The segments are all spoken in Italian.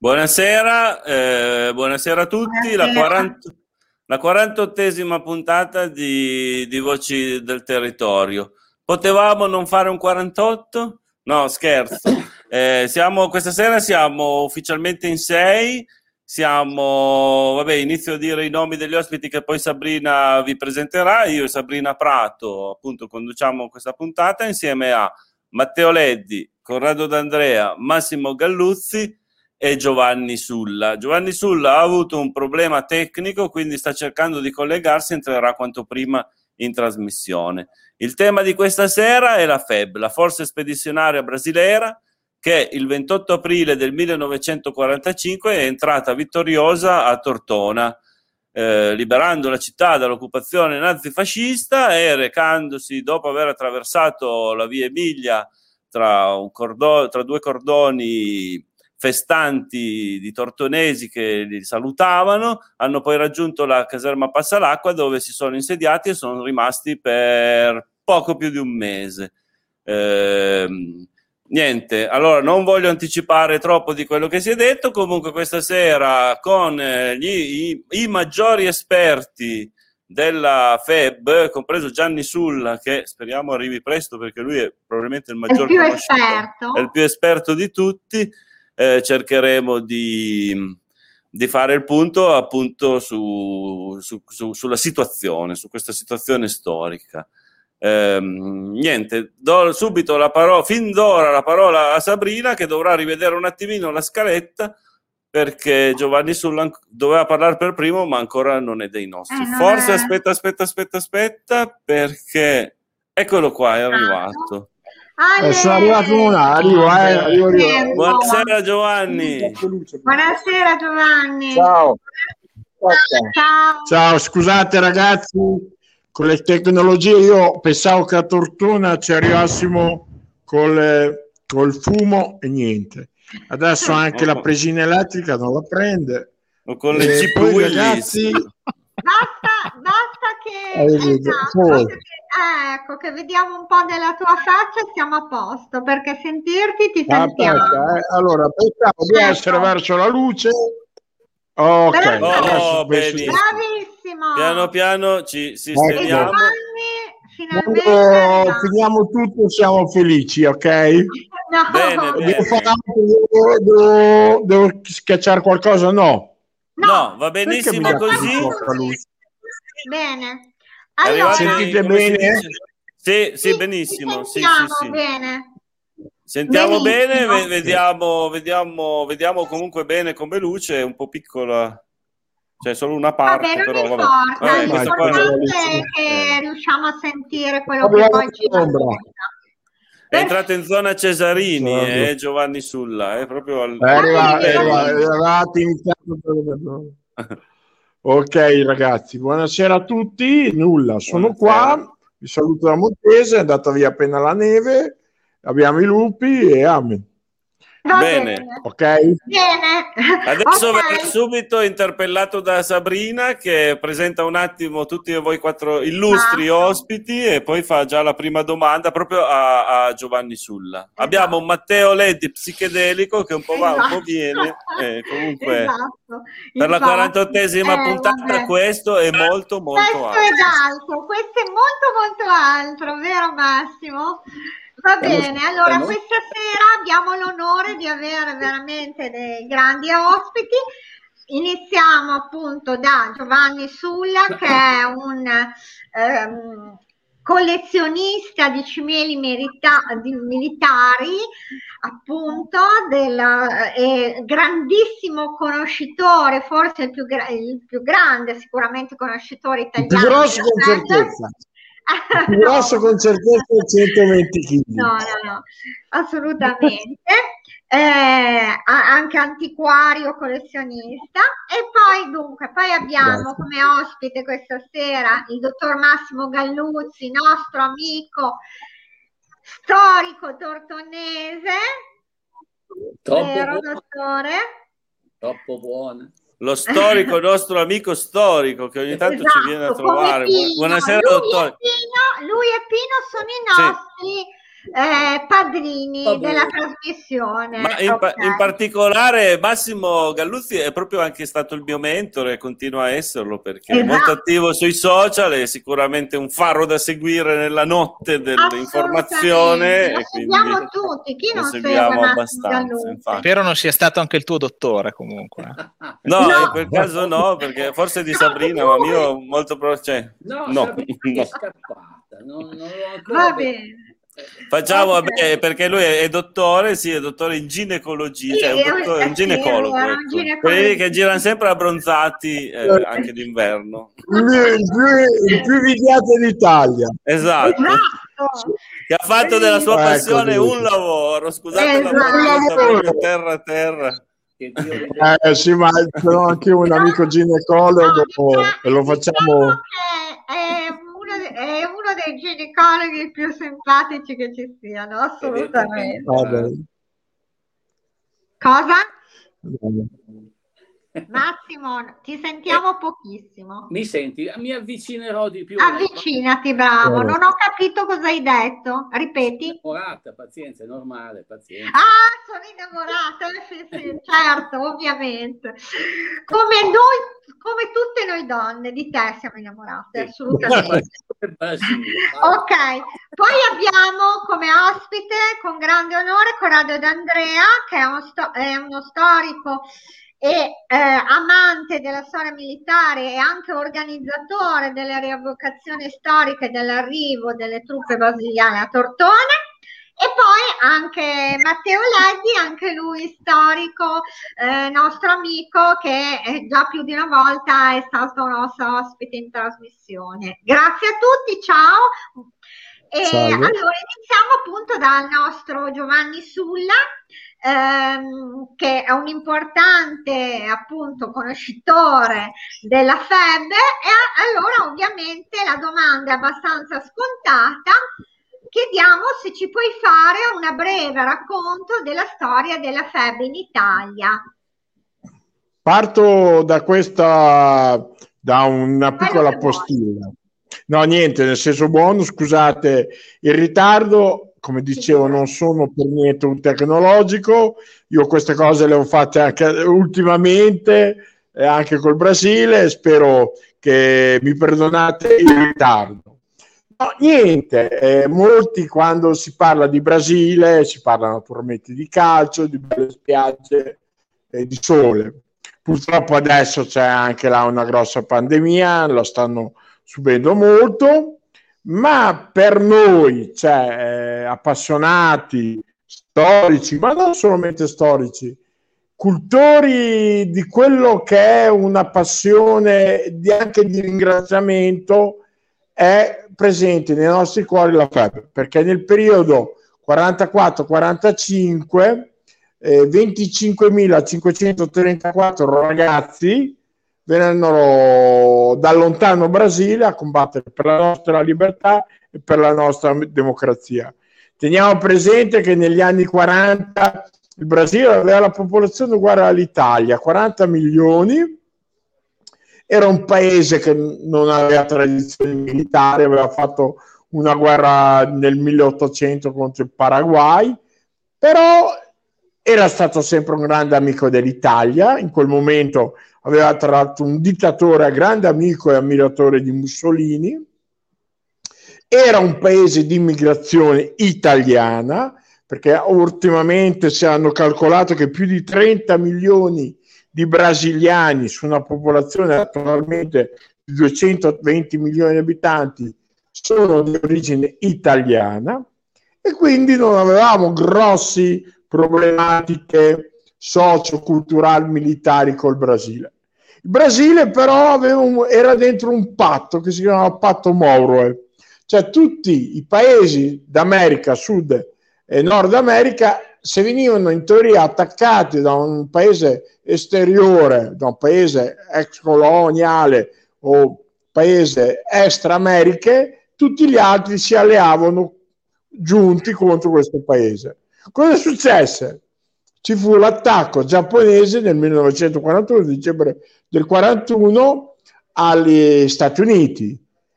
Buonasera a tutti. Buonasera. La 48esima puntata di Voci del Territorio. Potevamo non fare un 48? No, scherzo. Questa sera siamo ufficialmente in 6. Inizio a dire i nomi degli ospiti che poi Sabrina vi presenterà. Io e Sabrina Prato, appunto, conduciamo questa puntata insieme a Matteo Leddi, Corrado D'Andrea, Massimo Galluzzi e Giovanni Sulla. Giovanni Sulla ha avuto un problema tecnico, quindi sta cercando di collegarsi e entrerà quanto prima in trasmissione. Il tema di questa sera è la FEB, la Forza Spedizionaria Brasileira, che il 28 aprile del 1945 è entrata vittoriosa a Tortona, liberando la città dall'occupazione nazifascista e recandosi, dopo aver attraversato la via Emilia tra due cordoni festanti di tortonesi che li salutavano, hanno poi raggiunto la caserma Passalacqua, dove si sono insediati e sono rimasti per poco più di un mese. Niente, allora non voglio anticipare troppo di quello che si è detto. Comunque questa sera con i maggiori esperti della FEB, compreso Gianni Sulla, che speriamo arrivi presto perché lui è probabilmente il maggior esperto. È il più esperto di tutti. Cercheremo di fare il punto appunto sulla situazione, su questa situazione storica. Niente, do subito la parola, fin d'ora la parola a Sabrina, che dovrà rivedere un attimino la scaletta perché Giovanni Sulla doveva parlare per primo, ma ancora non è dei nostri. Forse aspetta, perché eccolo qua, è arrivato. Sono arrivato arrivo. Buonasera Giovanni. Buonasera Giovanni. Ciao, scusate ragazzi, con le tecnologie io pensavo che a Tortona ci arrivassimo col fumo e niente. Adesso anche la presina elettrica non la prende. O con le GPU, ragazzi. Basta che ecco, che vediamo un po' della tua faccia e siamo a posto, perché sentirti ti sentiamo. Allora, pensavo di essere verso la luce. Ok, bravissimo. Piano piano ci sistemiamo. Quando finiamo tutto siamo felici, ok? No. Bene. Devo schiacciare qualcosa? No, va benissimo così. Bene. Allora, sentite bene? Sì, benissimo. Sì. Bene. Sentiamo benissimo. Bene, vediamo comunque bene come luce, è un po' piccola. C'è solo una parte, non però importa, l'importante è che riusciamo a sentire quello che poi ci racconta. È entrato in zona Cesarini, Giovanni Sulla, è proprio Ok ragazzi, buonasera a tutti. Sono qua, vi saluto da Montese, è andata via appena la neve, abbiamo i lupi e amen. Bene. Ok. Bene. Adesso verrà subito interpellato da Sabrina, che presenta un attimo tutti voi quattro illustri ospiti e poi fa già la prima domanda proprio a Giovanni Sulla. Esatto. Abbiamo un Matteo Leddi psichedelico che un po' va, un po' viene. Comunque per la 48esima puntata questo è molto altro. Questo è molto altro, vero Massimo? Va bene, allora questa sera abbiamo l'onore di avere veramente dei grandi ospiti. Iniziamo appunto da Giovanni Sulla, che è un collezionista di cimeli militari, appunto, grandissimo conoscitore, forse il più grande sicuramente conoscitore italiano. Il più grosso con certezza. Più grosso con certezza 120 kg. No, assolutamente. Anche antiquario, collezionista. E poi abbiamo come ospite questa sera il dottor Massimo Galluzzi, nostro amico storico tortonese. Vero, dottore? Troppo buono. Lo storico, nostro amico storico che ogni tanto ci viene a trovare. Buonasera dottore. Lui e Pino sono i nostri padrini della trasmissione. Ma in particolare Massimo Galluzzi è proprio anche stato il mio mentore e continua a esserlo, perché è molto attivo sui social, è sicuramente un faro da seguire nella notte dell'informazione. Lo seguiamo tutti, chi non segue Massimo Galluzzi? Spero non sia stato anche il tuo dottore comunque. No, in quel caso no, perché forse di Sabrina, ma io molto no. È scappata. Non va bene. Facciamo perché lui è dottore, è dottore in ginecologia, cioè è un ginecologo. Quelli che girano sempre abbronzati anche d'inverno. Il più invidiato d'Italia. Esatto. Che ha fatto della sua passione un lavoro. Scusate la parola, terra. Sì, ma sono anche un amico ginecologo e lo facciamo. È uno dei ginecologi più simpatici che ci siano, assolutamente. Cosa? Massimo, ti sentiamo pochissimo. Mi senti? Mi avvicinerò di più. Avvicinati, bravo. Non ho capito cosa hai detto. Ripeti. Innamorata, pazienza, è normale, pazienza. Ah, sono innamorata, sì, certo, ovviamente. Come tutte noi donne, di te siamo innamorate, assolutamente. Ok, poi abbiamo come ospite, con grande onore, Corrado D'Andrea, che è uno storico e amante della storia militare e anche organizzatore delle rievocazioni storiche dell'arrivo delle truppe brasiliane a Tortone. E poi anche Matteo Leddi, anche lui storico, nostro amico, che già più di una volta è stato nostro ospite in trasmissione. Grazie a tutti, ciao. E Salve. allora iniziamo appunto dal nostro Giovanni Sulla, che è un importante appunto conoscitore della febbre, e allora ovviamente la domanda è abbastanza scontata. Chiediamo se ci puoi fare una breve racconto della storia della febbre in Italia. Parto da una piccola postilla. No, niente, nel senso buono, scusate il ritardo, come dicevo non sono per niente un tecnologico, io queste cose le ho fatte anche ultimamente, anche col Brasile, spero che mi perdonate il ritardo. No, niente, molti quando si parla di Brasile si parla naturalmente di calcio, di belle spiagge e di sole. Purtroppo adesso c'è anche là una grossa pandemia, la stanno subendo molto, ma per noi, appassionati, storici, ma non solamente storici, cultori di quello che è una passione anche di ringraziamento, è presente nei nostri cuori la febbre, perché nel periodo 44-45 25.534 ragazzi vennero dal lontano Brasile a combattere per la nostra libertà e per la nostra democrazia. Teniamo presente che negli anni 40 il Brasile aveva la popolazione uguale all'Italia, 40 milioni. Era un paese che non aveva tradizione militare, aveva fatto una guerra nel 1800 contro il Paraguay, però era stato sempre un grande amico dell'Italia. In quel momento aveva tratto un dittatore, grande amico e ammiratore di Mussolini. Era un paese di immigrazione italiana, perché ultimamente si hanno calcolato che più di 30 milioni di brasiliani su una popolazione attualmente di 220 milioni di abitanti sono di origine italiana, e quindi non avevamo grossi problematiche socio-culturali militari col Brasile. Il Brasile però era dentro un patto che si chiamava Patto Monroe, cioè tutti i paesi d'America Sud e Nord America, se venivano in teoria attaccati da un paese esteriore, da un paese ex coloniale o paese extra Americhe, tutti gli altri si alleavano giunti contro questo paese. Cosa successe? Ci fu l'attacco giapponese nel 1941, dicembre del 41, agli Stati Uniti,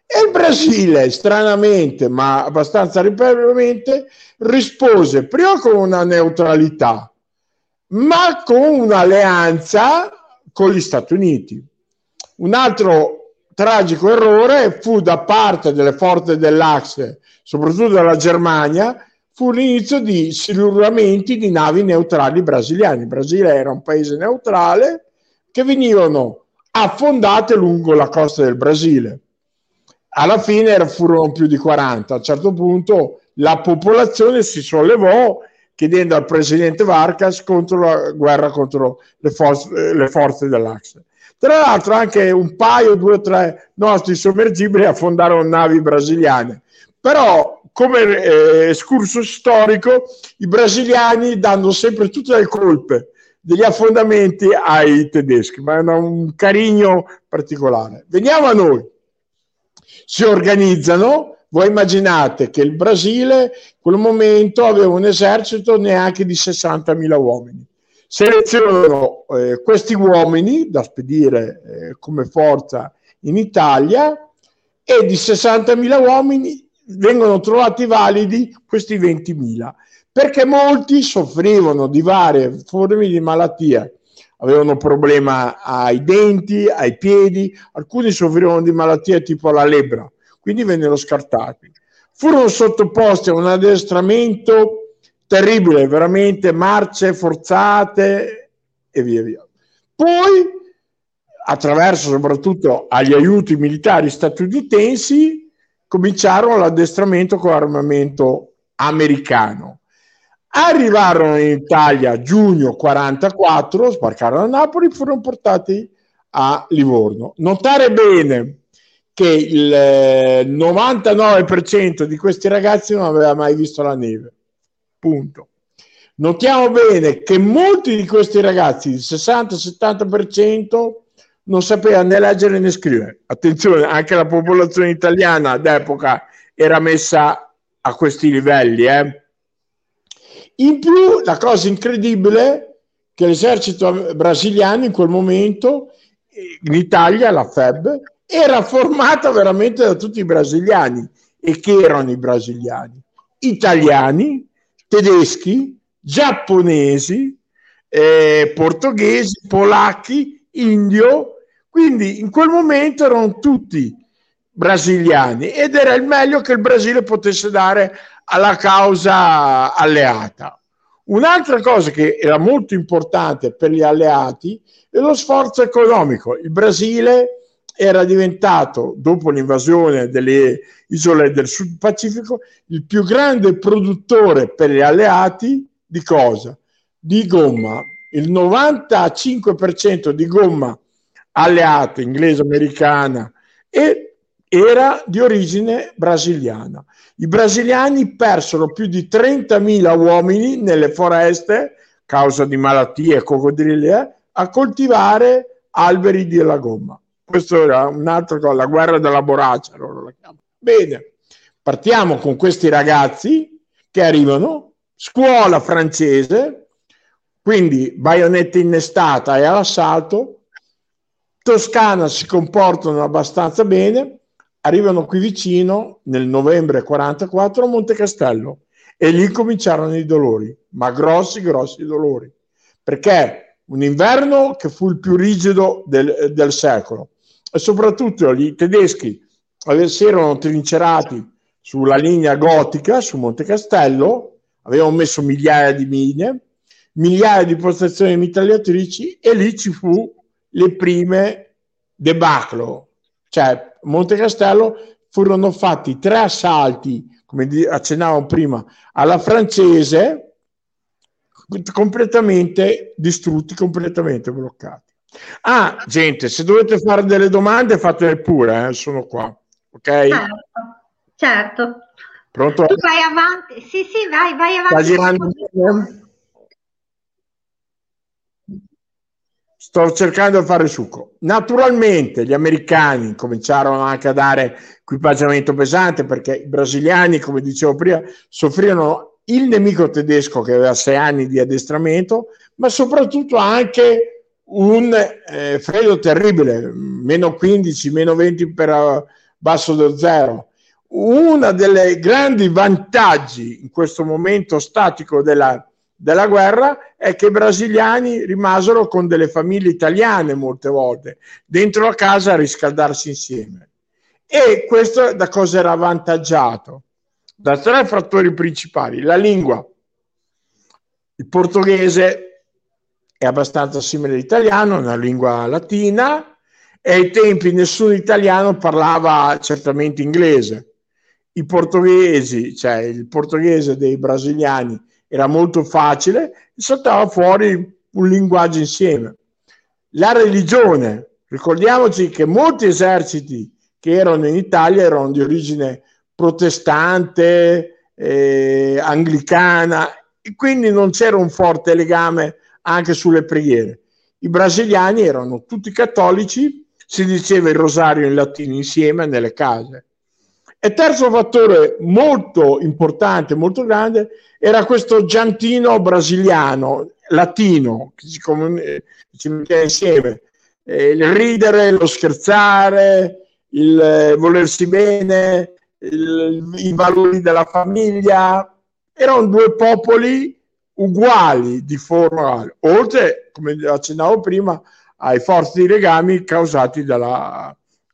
E il Brasile, stranamente, ma abbastanza ripetutamente, rispose prima con una neutralità, ma con un'alleanza con gli Stati Uniti. Un altro tragico errore fu da parte delle forze dell'Axe, soprattutto della Germania, fu l'inizio di silurramenti di navi neutrali brasiliane. Il Brasile era un paese neutrale che venivano affondate lungo la costa del Brasile. Alla fine furono più di 40. A un certo punto la popolazione si sollevò chiedendo al presidente Vargas contro la guerra contro le forze dell'Axe. Tra l'altro anche un paio, 2 o 3 nostri sommergibili affondarono navi brasiliane. Però come escursus storico, i brasiliani danno sempre tutte le colpe degli affondamenti ai tedeschi, ma hanno un carigno particolare. Veniamo a noi. Si organizzano. Voi immaginate che il Brasile in quel momento aveva un esercito neanche di 60.000 uomini. Selezionano questi uomini da spedire come forza in Italia, e di 60.000 uomini vengono trovati validi questi 20.000, perché molti soffrivano di varie forme di malattia. Avevano problema ai denti, ai piedi, alcuni soffrivano di malattie tipo la lebbra, quindi vennero scartati. Furono sottoposti a un addestramento terribile, veramente marce forzate e via via. Poi, attraverso soprattutto agli aiuti militari statunitensi, cominciarono l'addestramento con armamento americano. Arrivarono in Italia a giugno 44, sbarcarono a Napoli, furono portati a Livorno. Notare bene che il 99% di questi ragazzi non aveva mai visto la neve. Punto. Notiamo bene che molti di questi ragazzi, il 60-70%, non sapeva né leggere né scrivere. Attenzione, anche la popolazione italiana d'epoca era messa a questi livelli. In più, la cosa incredibile è che l'esercito brasiliano in quel momento, in Italia, la FEB, era formata veramente da tutti i brasiliani. E che erano i brasiliani? Italiani, tedeschi, giapponesi, portoghesi, polacchi, indio. Quindi in quel momento erano tutti brasiliani, ed era il meglio che il Brasile potesse dare alla causa alleata. Un'altra cosa che era molto importante per gli alleati è lo sforzo economico. Il Brasile era diventato, dopo l'invasione delle isole del Sud Pacifico, il più grande produttore per gli alleati di cosa? Di gomma. Il 95% di gomma alleata, inglese, americana, era di origine brasiliana. I brasiliani persero più di 30.000 uomini nelle foreste, causa di malattie, coccodrilli, a coltivare alberi della gomma. Questo era un'altra cosa, la guerra della borraccia. Loro la chiamano. Bene, partiamo con questi ragazzi che arrivano, scuola francese, quindi baionetta innestata e all'assalto. Toscana si comportano abbastanza bene, arrivano qui vicino nel novembre 44 a Monte Castello, e lì cominciarono i dolori, ma grossi dolori, perché un inverno che fu il più rigido del secolo, e soprattutto i tedeschi si erano trincerati sulla linea gotica su Monte Castello, avevano messo migliaia di mine, migliaia di postazioni mitragliatrici, e lì ci fu le prime debacle. Cioè, Monte Castello furono fatti 3 assalti, come accennavamo prima, alla francese, completamente distrutti, completamente bloccati. Ah, gente, se dovete fare delle domande fatele pure, sono qua, ok? Certo. Pronto? Tu vai avanti, sì, vai avanti. Sta girando. Sto cercando di fare succo. Naturalmente gli americani cominciarono anche a dare equipaggiamento pesante, perché i brasiliani, come dicevo prima, soffrirono il nemico tedesco che aveva 6 anni di addestramento, ma soprattutto anche un freddo terribile, meno 15, meno 20 per basso dello zero. Uno dei grandi vantaggi in questo momento statico della guerra è che i brasiliani rimasero con delle famiglie italiane molte volte dentro la casa a riscaldarsi insieme. E questo da cosa era avvantaggiato? Da 3 fattori principali: la lingua. Il portoghese è abbastanza simile all'italiano, è una lingua latina, e ai tempi nessun italiano parlava certamente inglese. I portoghesi, cioè il portoghese dei brasiliani, era molto facile e saltava fuori un linguaggio insieme. La religione, ricordiamoci che molti eserciti che erano in Italia erano di origine protestante, anglicana, e quindi non c'era un forte legame anche sulle preghiere. I brasiliani erano tutti cattolici, si diceva il rosario in latino insieme nelle case. E terzo fattore molto importante, molto grande, era questo giantino brasiliano, latino, che si metteva insieme, il ridere, lo scherzare, il volersi bene, i valori della famiglia. Erano 2 popoli uguali di forma, oltre, come accennavo prima, ai forti legami causati dalla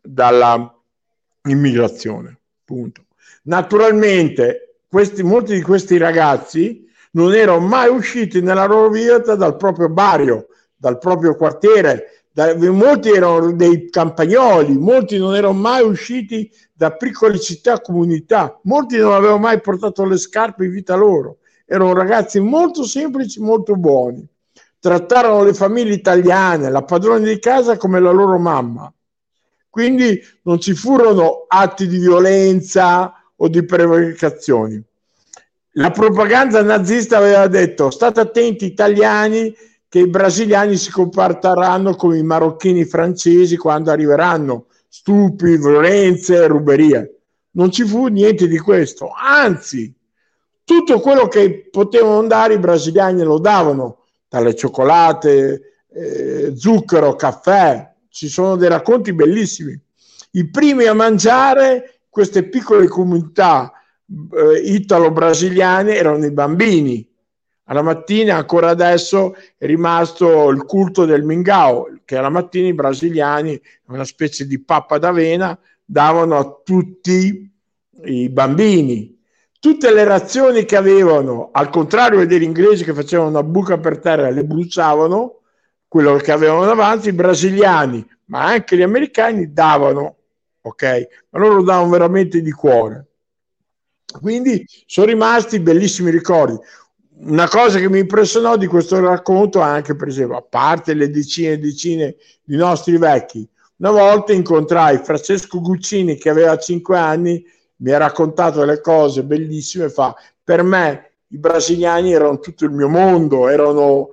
immigrazione. Punto. Naturalmente molti di questi ragazzi non erano mai usciti nella loro vita dal proprio barrio, dal proprio quartiere, molti erano dei campagnoli, molti non erano mai usciti da piccole città, comunità, molti non avevano mai portato le scarpe in vita loro, erano ragazzi molto semplici, molto buoni, trattarono le famiglie italiane, la padrona di casa come la loro mamma. Quindi non ci furono atti di violenza o di prevaricazioni. La propaganda nazista aveva detto: state attenti italiani che i brasiliani si comporteranno come i marocchini francesi quando arriveranno, stupri, violenze, ruberie. Non ci fu niente di questo, anzi tutto quello che potevano dare i brasiliani lo davano, dalle cioccolate, zucchero, caffè. Ci sono dei racconti bellissimi. I primi a mangiare queste piccole comunità italo-brasiliane erano i bambini. Alla mattina, ancora adesso, è rimasto il culto del mingau, che alla mattina i brasiliani, una specie di pappa d'avena, davano a tutti i bambini. Tutte le razioni che avevano, al contrario degli inglesi che facevano una buca per terra e le bruciavano, quello che avevano davanti, i brasiliani, ma anche gli americani davano, ok? Ma loro davano veramente di cuore. Quindi sono rimasti bellissimi ricordi. Una cosa che mi impressionò di questo racconto, anche per esempio, a parte le decine e decine di nostri vecchi, una volta incontrai Francesco Guccini che aveva 5 anni, mi ha raccontato delle cose bellissime, per me i brasiliani erano tutto il mio mondo, erano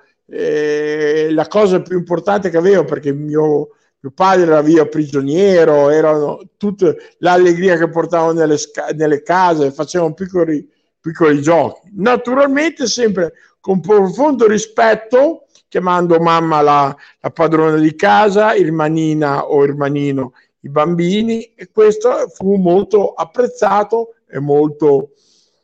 la cosa più importante che avevo, perché mio padre era via prigioniero, erano tutte l'allegria che portavano nelle case, facevano piccoli giochi, naturalmente sempre con profondo rispetto, chiamando mamma la padrona di casa, irmanina o irmanino i bambini, e questo fu molto apprezzato e molto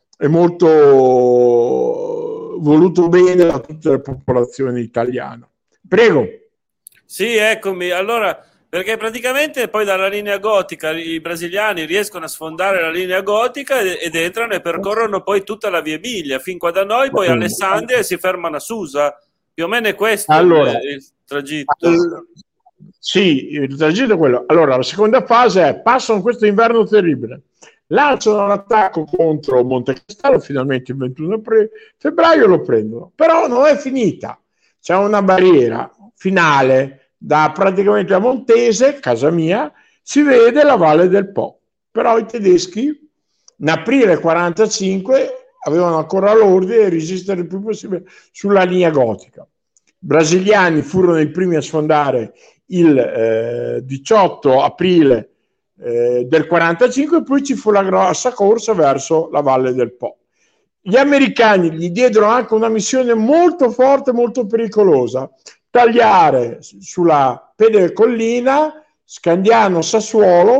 voluto bene da tutta la popolazione italiana. Prego. Sì, eccomi. Allora, perché praticamente poi dalla linea gotica i brasiliani riescono a sfondare la linea gotica ed entrano e percorrono poi tutta la via Emilia fin qua da noi, poi Alessandria, e si fermano a Susa. Più o meno è questo il tragitto. Sì, il tragitto è quello. Allora, la seconda fase è: passano questo inverno terribile, lanciano l'attacco contro Monte Castello, finalmente il 21 febbraio lo prendono, però non è finita, c'è una barriera finale da praticamente a Montese, casa mia, si vede la Valle del Po, però i tedeschi in aprile 1945 avevano ancora l'ordine di resistere il più possibile sulla linea gotica. I brasiliani furono i primi a sfondare il 18 aprile del 45, e poi ci fu la grossa corsa verso la Valle del Po. Gli americani gli diedero anche una missione molto forte, molto pericolosa: tagliare sulla Pede Collina, Scandiano, Sassuolo,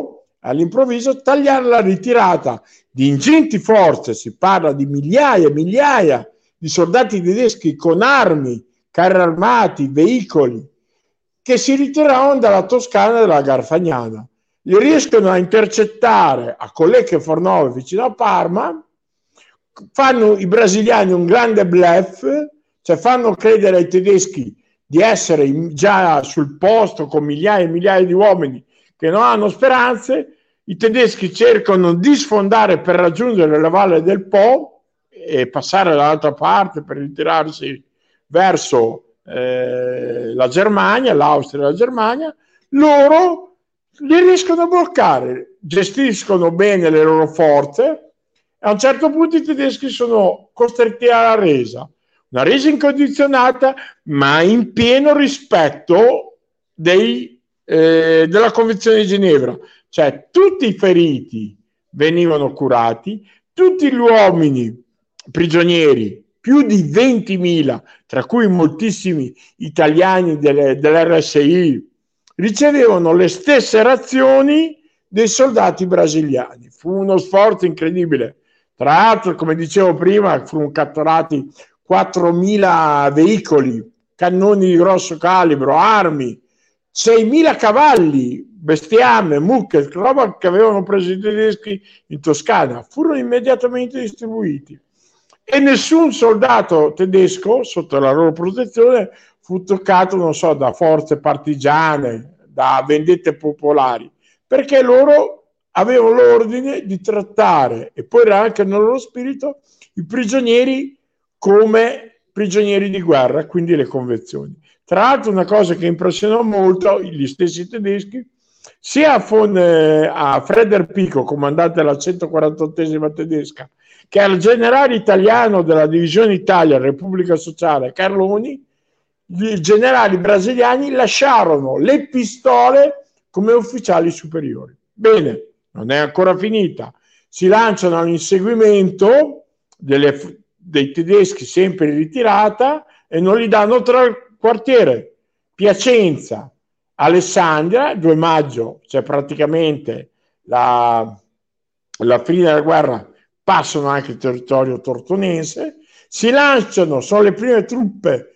all'improvviso tagliare la ritirata di ingenti forze, si parla di migliaia e migliaia di soldati tedeschi con armi, carri armati, veicoli, che si ritiravano dalla Toscana e dalla Garfagnana. Li riescono a intercettare a Collecche e Fornove vicino a Parma, fanno i brasiliani un grande bluff, cioè fanno credere ai tedeschi di essere già sul posto con migliaia e migliaia di uomini che non hanno speranze. I tedeschi cercano di sfondare per raggiungere la valle del Po e passare dall'altra parte per ritirarsi verso la Germania, l'Austria e la Germania. Loro li riescono a bloccare, gestiscono bene le loro forze. A un certo punto i tedeschi sono costretti alla resa, una resa incondizionata, ma in pieno rispetto della Convenzione di Ginevra. Cioè tutti i feriti venivano curati, tutti gli uomini prigionieri, più di 20.000, tra cui moltissimi italiani dell'RSI, ricevevano le stesse razioni dei soldati brasiliani. Fu uno sforzo incredibile. Tra l'altro, come dicevo prima, furono catturati 4.000 veicoli, cannoni di grosso calibro, armi, 6.000 cavalli, bestiame, mucche, roba che avevano preso i tedeschi in Toscana. Furono immediatamente distribuiti. E nessun soldato tedesco, sotto la loro protezione, fu toccato, non so, da forze partigiane, da vendette popolari, perché loro avevano l'ordine di trattare, e poi era anche nel loro spirito, i prigionieri come prigionieri di guerra, quindi le convenzioni. Tra l'altro una cosa che impressionò molto gli stessi tedeschi, sia a Freder Pico, comandante della 148esima tedesca, che al generale italiano della divisione Italia, Repubblica Sociale, Carloni, i generali brasiliani lasciarono le pistole come ufficiali superiori. Bene, non è ancora finita. Si lanciano all'inseguimento dei tedeschi sempre in ritirata e non li danno tra il quartiere Piacenza, Alessandria, 2 maggio, cioè praticamente la fine della guerra, passano anche il territorio tortonese, si lanciano, sono le prime truppe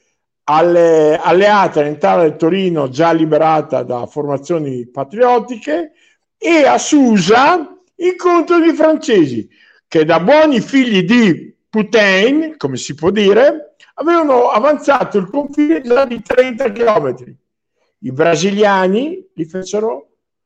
alleate all'entrata del Torino, già liberata da formazioni patriottiche, e a Susa incontrano i francesi, che da buoni figli di Putain, come si può dire, avevano avanzato il confine già di 30 chilometri. I brasiliani li fecero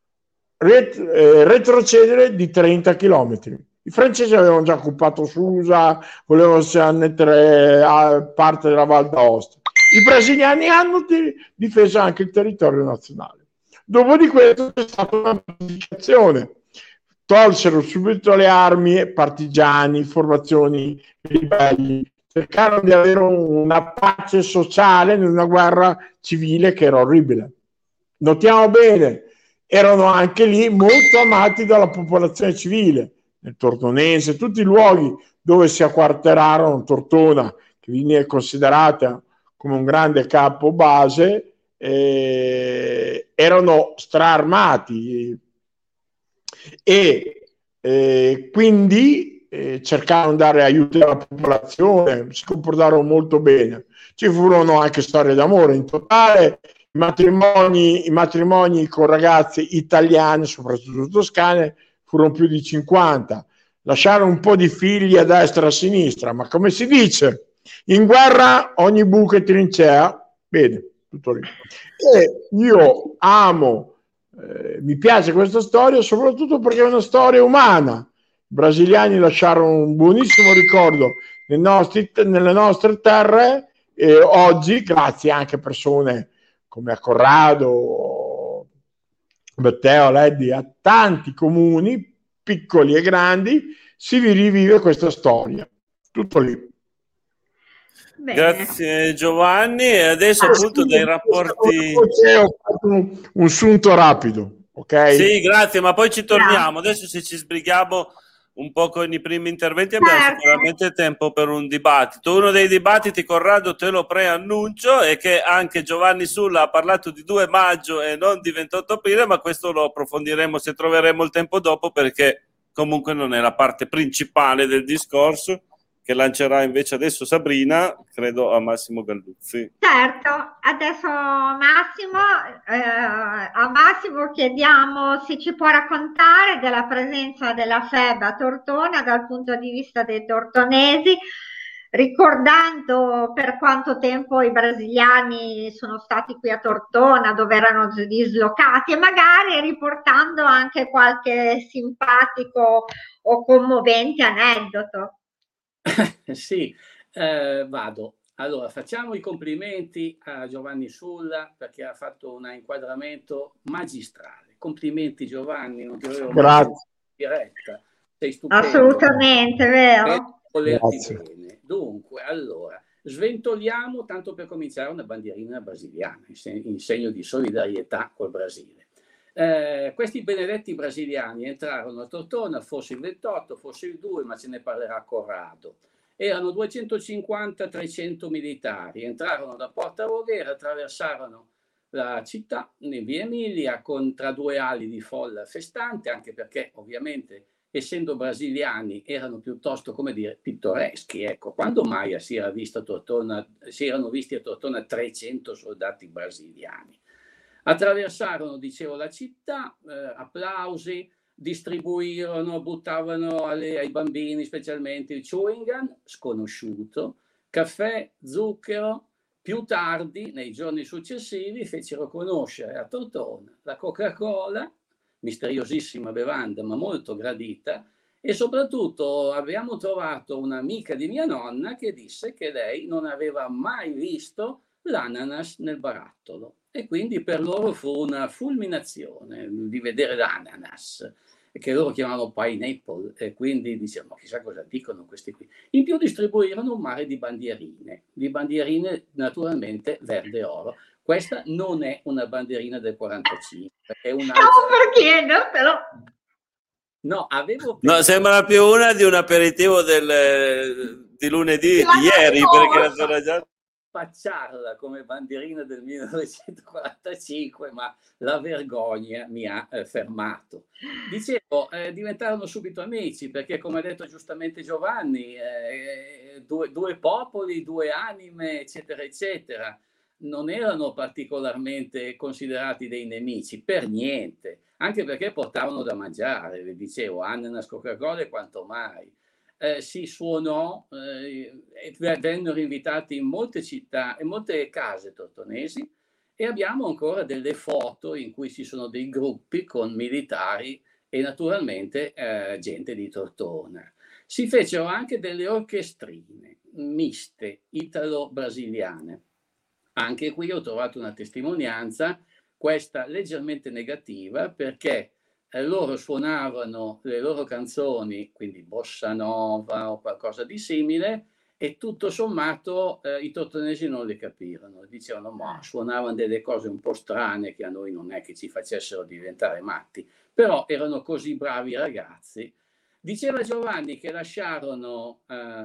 retrocedere di 30 chilometri. I francesi avevano già occupato Susa, volevano annettere parte della Val d'Aosta. I brasiliani hanno difeso anche il territorio nazionale. Dopo di questo c'è stata una pacificazione. Tolsero subito le armi, partigiani, formazioni ribelli, cercarono di avere una pace sociale in una guerra civile che era orribile. Notiamo bene, erano anche lì molto amati dalla popolazione civile, nel Tortonese, tutti i luoghi dove si acquarterarono, Tortona, che viene considerata come un grande campo base, erano straarmati e quindi cercarono di dare aiuto alla popolazione, si comportarono molto bene. Ci furono anche storie d'amore in totale, i matrimoni con ragazze italiane, soprattutto toscane, furono più di 50. Lasciarono un po' di figli a destra e a sinistra, ma come si dice, in guerra ogni buco è trincea. Bene, tutto lì. E io amo, mi piace questa storia soprattutto perché è una storia umana. I brasiliani lasciarono un buonissimo ricordo nelle nostre terre, e oggi, grazie anche a persone come a Corrado, Matteo, Leddi, a tanti comuni, piccoli e grandi, si rivive questa storia. Tutto lì. Bene. Grazie Giovanni, e adesso appunto dei rapporti... Ho fatto un sunto rapido, ok? Sì, grazie, ma poi ci torniamo. Adesso se ci sbrighiamo un po' con i primi interventi, abbiamo sicuramente tempo per un dibattito. Uno dei dibattiti, Corrado, te lo preannuncio, è che anche Giovanni Sulla ha parlato di 2 maggio e non di 28 aprile, ma questo lo approfondiremo se troveremo il tempo dopo, perché comunque non è la parte principale del discorso, che lancerà invece adesso Sabrina, credo a Massimo Galluzzi. Certo, adesso Massimo, a Massimo chiediamo se ci può raccontare della presenza della FEB a Tortona dal punto di vista dei tortonesi, ricordando per quanto tempo i brasiliani sono stati qui a Tortona, dove erano dislocati, e magari riportando anche qualche simpatico o commovente aneddoto. Sì, vado. Allora, facciamo i complimenti a Giovanni Sulla perché ha fatto un inquadramento magistrale. Complimenti Giovanni, non ti avevo mai in diretta. Sei stupendo. Assolutamente, vero. Bene. Dunque, allora, sventoliamo, tanto per cominciare, una bandierina brasiliana in segno di solidarietà col Brasile. Questi benedetti brasiliani entrarono a Tortona, fosse il 28, fosse il 2, ma ce ne parlerà Corrado. Erano 250-300 militari, entrarono da Porta Voghera, attraversarono la città in via Emilia tra 2 ali di folla festante, anche perché ovviamente essendo brasiliani erano piuttosto, come dire, pittoreschi. Ecco, quando mai si erano visti a Tortona 300 soldati brasiliani? Attraversarono, dicevo, la città, applausi, distribuirono, buttavano ai bambini specialmente il chewing gum, sconosciuto, caffè, zucchero. Più tardi, nei giorni successivi, fecero conoscere a Tortona la Coca-Cola, misteriosissima bevanda ma molto gradita, e soprattutto abbiamo trovato un'amica di mia nonna che disse che lei non aveva mai visto l'ananas nel barattolo, e quindi per loro fu una fulminazione di vedere l'ananas, che loro chiamavano pineapple, e quindi dicevano chissà cosa dicono questi qui. In più distribuirono un mare di bandierine naturalmente verde oro. Questa non è una bandierina del 45, è una... perché no, però... No, no, sembra più una di un aperitivo di lunedì, di ieri, perché la già... Facciarla come bandierina del 1945, ma la vergogna mi ha fermato. Dicevo, diventarono subito amici, perché come ha detto giustamente Giovanni, due popoli, 2 anime, eccetera, eccetera, non erano particolarmente considerati dei nemici, per niente, anche perché portavano da mangiare, vi dicevo, ananas, Coca-Cola e quanto mai. Si suonò, vennero invitati in molte città e molte case tortonesi, e abbiamo ancora delle foto in cui ci sono dei gruppi con militari e naturalmente gente di Tortona. Si fecero anche delle orchestrine miste italo-brasiliane. Anche qui ho trovato una testimonianza, questa leggermente negativa, perché loro suonavano le loro canzoni, quindi bossa nova o qualcosa di simile, e tutto sommato i tortonesi non le capirono. Dicevano, ma suonavano delle cose un po' strane che a noi non è che ci facessero diventare matti, però erano così bravi ragazzi. Diceva Giovanni che lasciarono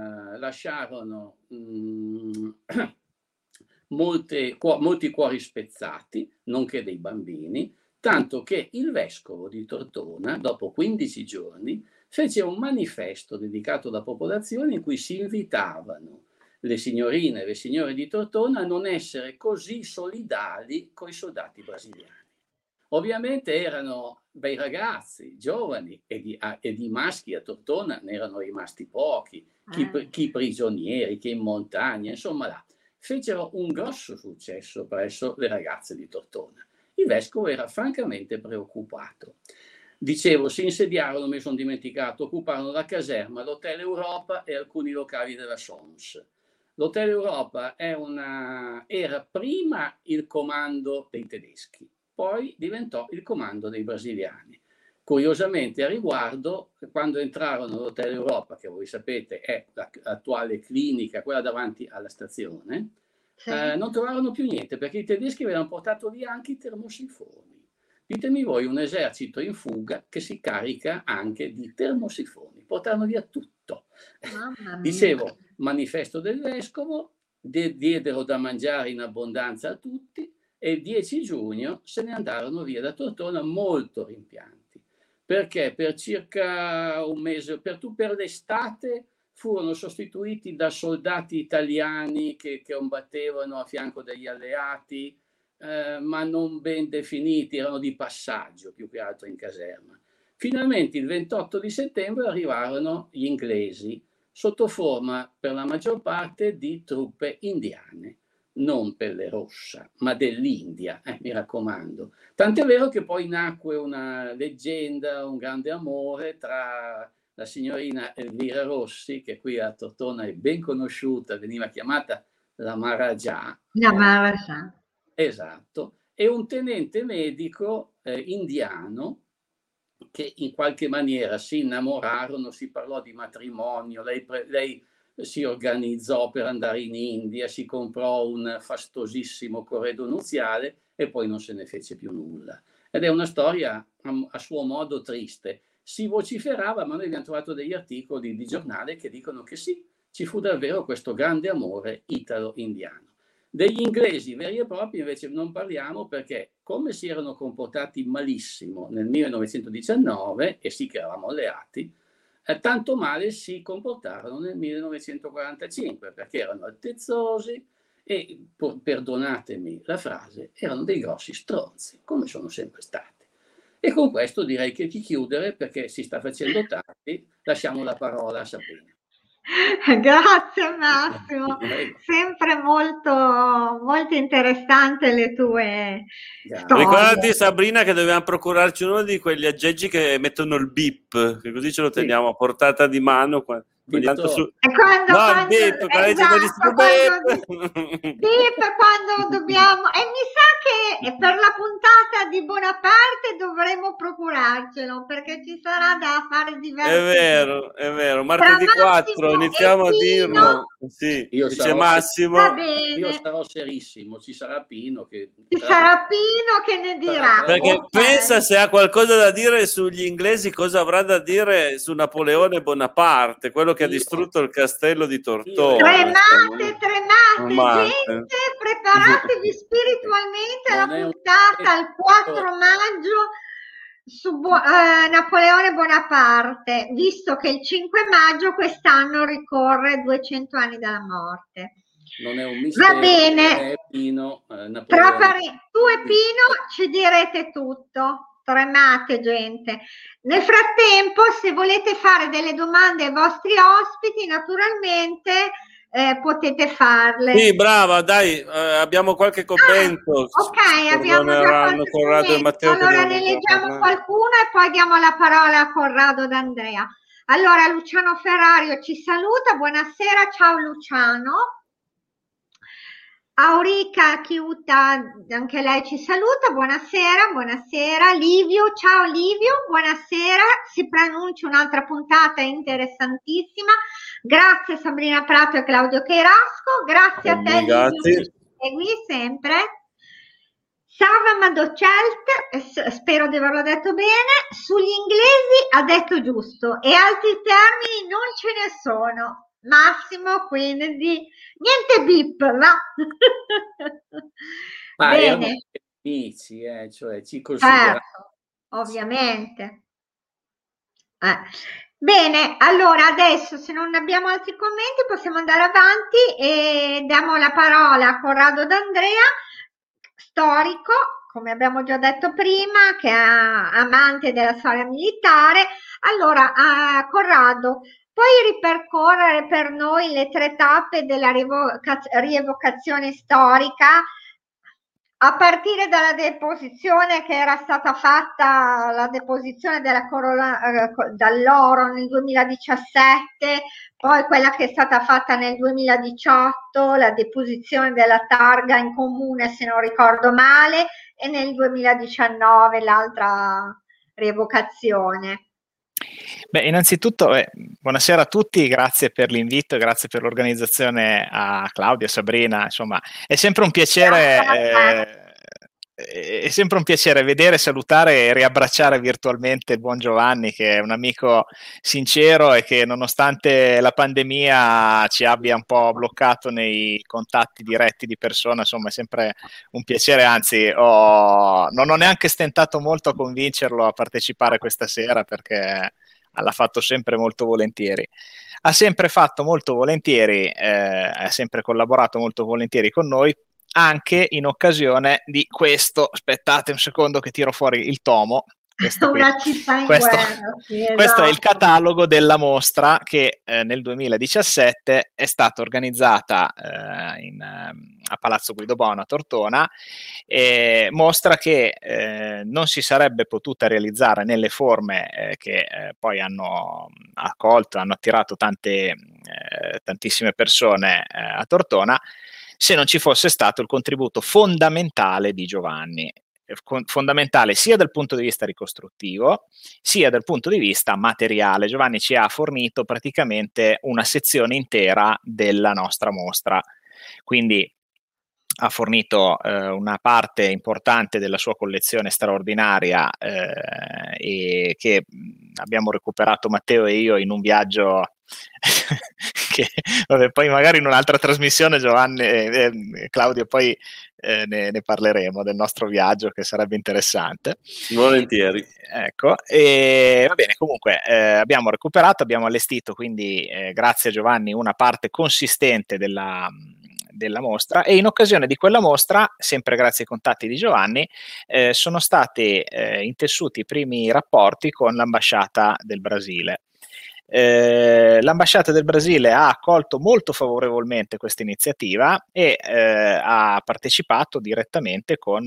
molti cuori spezzati, nonché dei bambini, tanto che il vescovo di Tortona, dopo 15 giorni, fece un manifesto dedicato alla popolazione in cui si invitavano le signorine e le signore di Tortona a non essere così solidali con i soldati brasiliani. Ovviamente erano bei ragazzi, giovani, e di maschi a Tortona ne erano rimasti pochi, chi prigionieri, chi in montagna, insomma là. Fecero un grosso successo presso le ragazze di Tortona. Il vescovo era francamente preoccupato. Dicevo, si insediarono, mi sono dimenticato, occuparono la caserma, l'Hotel Europa e alcuni locali della SOMS. L'Hotel Europa era prima il comando dei tedeschi, poi diventò il comando dei brasiliani. Curiosamente, a riguardo, quando entrarono all'Hotel Europa, che voi sapete è l'attuale clinica, quella davanti alla stazione, sì, non trovarono più niente, perché i tedeschi avevano portato via anche i termosifoni. Ditemi voi un esercito in fuga che si carica anche di termosifoni, portano via tutto. Dicevo, manifesto del vescovo, diedero da mangiare in abbondanza a tutti e il 10 giugno se ne andarono via da Tortona molto rimpianti, perché per circa un mese, per l'estate, furono sostituiti da soldati italiani che combattevano a fianco degli alleati, ma non ben definiti, erano di passaggio più che altro in caserma. Finalmente il 28 di settembre arrivarono gli inglesi sotto forma per la maggior parte di truppe indiane, non pelle rossa, ma dell'India, mi raccomando. Tant'è vero che poi nacque una leggenda, un grande amore tra la signorina Elvira Rossi, che qui a Tortona è ben conosciuta, veniva chiamata la Maharaja. La Maharaja. Esatto, e un tenente medico indiano che in qualche maniera si innamorarono, si parlò di matrimonio, lei si organizzò per andare in India, si comprò un fastosissimo corredo nuziale e poi non se ne fece più nulla. Ed è una storia a suo modo triste. Si vociferava, ma noi abbiamo trovato degli articoli di giornale che dicono che sì, ci fu davvero questo grande amore italo-indiano. Degli inglesi veri e propri invece non parliamo, perché come si erano comportati malissimo nel 1919, e sì che eravamo alleati, tanto male si comportarono nel 1945, perché erano altezzosi e, perdonatemi la frase, erano dei grossi stronzi, come sono sempre stati. E con questo direi che di chiudere, perché si sta facendo tardi, lasciamo la parola a Sabrina. Grazie Massimo, sempre molto, molto interessante le tue storie. Ricordati Sabrina che dobbiamo procurarci uno di quegli aggeggi che mettono il bip, che così ce lo teniamo a portata di mano. Bip, quando dobbiamo, e mi sa che per la puntata di Bonaparte dovremo procurarcelo, perché ci sarà da fare diverse. È vero, martedì 4 iniziamo a dirlo. Sì, io dice Massimo. Io sarò serissimo, ci sarà Pino che ne dirà. Perché pensa, se ha qualcosa da dire sugli inglesi, cosa avrà da dire su Napoleone Bonaparte, quello che ha distrutto il castello di Tortona. Tremate, gente, preparatevi spiritualmente alla puntata il 4 maggio su Napoleone Bonaparte, visto che il 5 maggio quest'anno ricorre 200 anni dalla morte. Non è un mistero. Va bene, Pino, tu e Pino ci direte tutto. Tremate, gente. Nel frattempo, se volete fare delle domande ai vostri ospiti, naturalmente potete farle. Sì, brava, dai, abbiamo qualche commento. Ok, abbiamo già qualche Corrado e Matteo. Allora ne leggiamo qualcuno e poi diamo la parola a Corrado ed Andrea. Allora, Luciano Ferrario ci saluta, buonasera, ciao Luciano. Aurica Chiuta, anche lei ci saluta, buonasera. Livio, ciao Livio, buonasera, si preannuncia un'altra puntata interessantissima. Grazie Sabrina Prato e Claudio Cheirasco, grazie a te Livio, che ci segui sempre. Sava Madocelt, spero di averlo detto bene, sugli inglesi ha detto giusto e altri termini non ce ne sono. Massimo, quindi niente bip, no? Bene, amici, cioè ci consideriamo. Certo, ovviamente. Bene, allora adesso se non abbiamo altri commenti possiamo andare avanti e diamo la parola a Corrado D'Andrea, storico, come abbiamo già detto prima, che è amante della storia militare. Allora, Corrado, puoi ripercorrere per noi le 3 tappe della rievocazione storica, a partire dalla deposizione che era stata fatta, la deposizione della dall'oro nel 2017, poi quella che è stata fatta nel 2018, la deposizione della targa in comune, se non ricordo male, e nel 2019 l'altra rievocazione. Beh, innanzitutto, buonasera a tutti, grazie per l'invito, grazie per l'organizzazione a Claudia, Sabrina, insomma, è sempre un piacere è sempre un piacere vedere, salutare e riabbracciare virtualmente il buon Giovanni, che è un amico sincero e che nonostante la pandemia ci abbia un po' bloccato nei contatti diretti di persona, insomma è sempre un piacere, anzi non ho neanche stentato molto a convincerlo a partecipare questa sera, perché l'ha fatto sempre molto volentieri. Ha sempre fatto molto volentieri, ha sempre collaborato molto volentieri con noi, anche in occasione di questo. Aspettate un secondo che tiro fuori il tomo. Questo è il catalogo della mostra che nel 2017 è stata organizzata a Palazzo Guido Bono a Tortona, mostra che non si sarebbe potuta realizzare nelle forme che poi hanno accolto, hanno attirato tantissime persone a Tortona, se non ci fosse stato il contributo fondamentale di Giovanni. Fondamentale sia dal punto di vista ricostruttivo sia dal punto di vista materiale. Giovanni ci ha fornito praticamente una sezione intera della nostra mostra, quindi ha fornito una parte importante della sua collezione straordinaria e che abbiamo recuperato Matteo e io in un viaggio che vabbè, poi magari in un'altra trasmissione Giovanni Claudio poi ne parleremo del nostro viaggio, che sarebbe interessante. Volentieri. Ecco, e va bene, comunque abbiamo recuperato, abbiamo allestito quindi grazie a Giovanni una parte consistente della mostra, e in occasione di quella mostra, sempre grazie ai contatti di Giovanni, sono stati intessuti i primi rapporti con l'ambasciata del Brasile. L'ambasciata del Brasile ha accolto molto favorevolmente questa iniziativa e ha partecipato direttamente con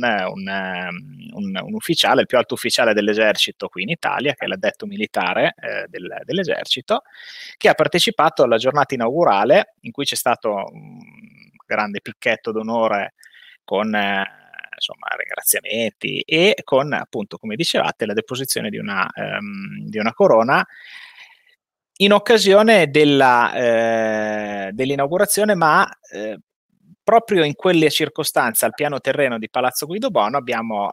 un ufficiale, il più alto ufficiale dell'esercito qui in Italia, che è l'addetto militare dell'esercito, che ha partecipato alla giornata inaugurale, in cui c'è stato un grande picchetto d'onore con insomma ringraziamenti e con, appunto, come dicevate, la deposizione di una corona in occasione dell'inaugurazione, ma proprio in quelle circostanze al piano terreno di Palazzo Guido Bono abbiamo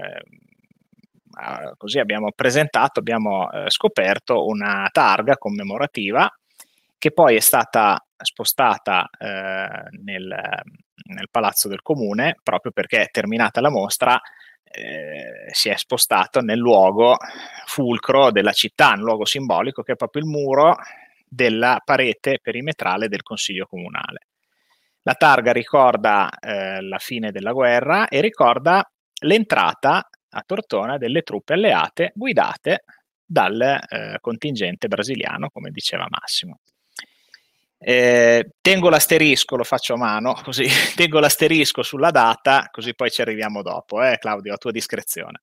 scoperto una targa commemorativa che poi è stata spostata nel Palazzo del Comune, proprio perché, terminata la mostra, si è spostato nel luogo fulcro della città, un luogo simbolico che è proprio il muro della parete perimetrale del Consiglio Comunale. La targa ricorda la fine della guerra e ricorda l'entrata a Tortona delle truppe alleate guidate dal contingente brasiliano, come diceva Massimo. Tengo l'asterisco, lo faccio a mano, così tengo l'asterisco sulla data, così poi ci arriviamo dopo, Claudio, a tua discrezione.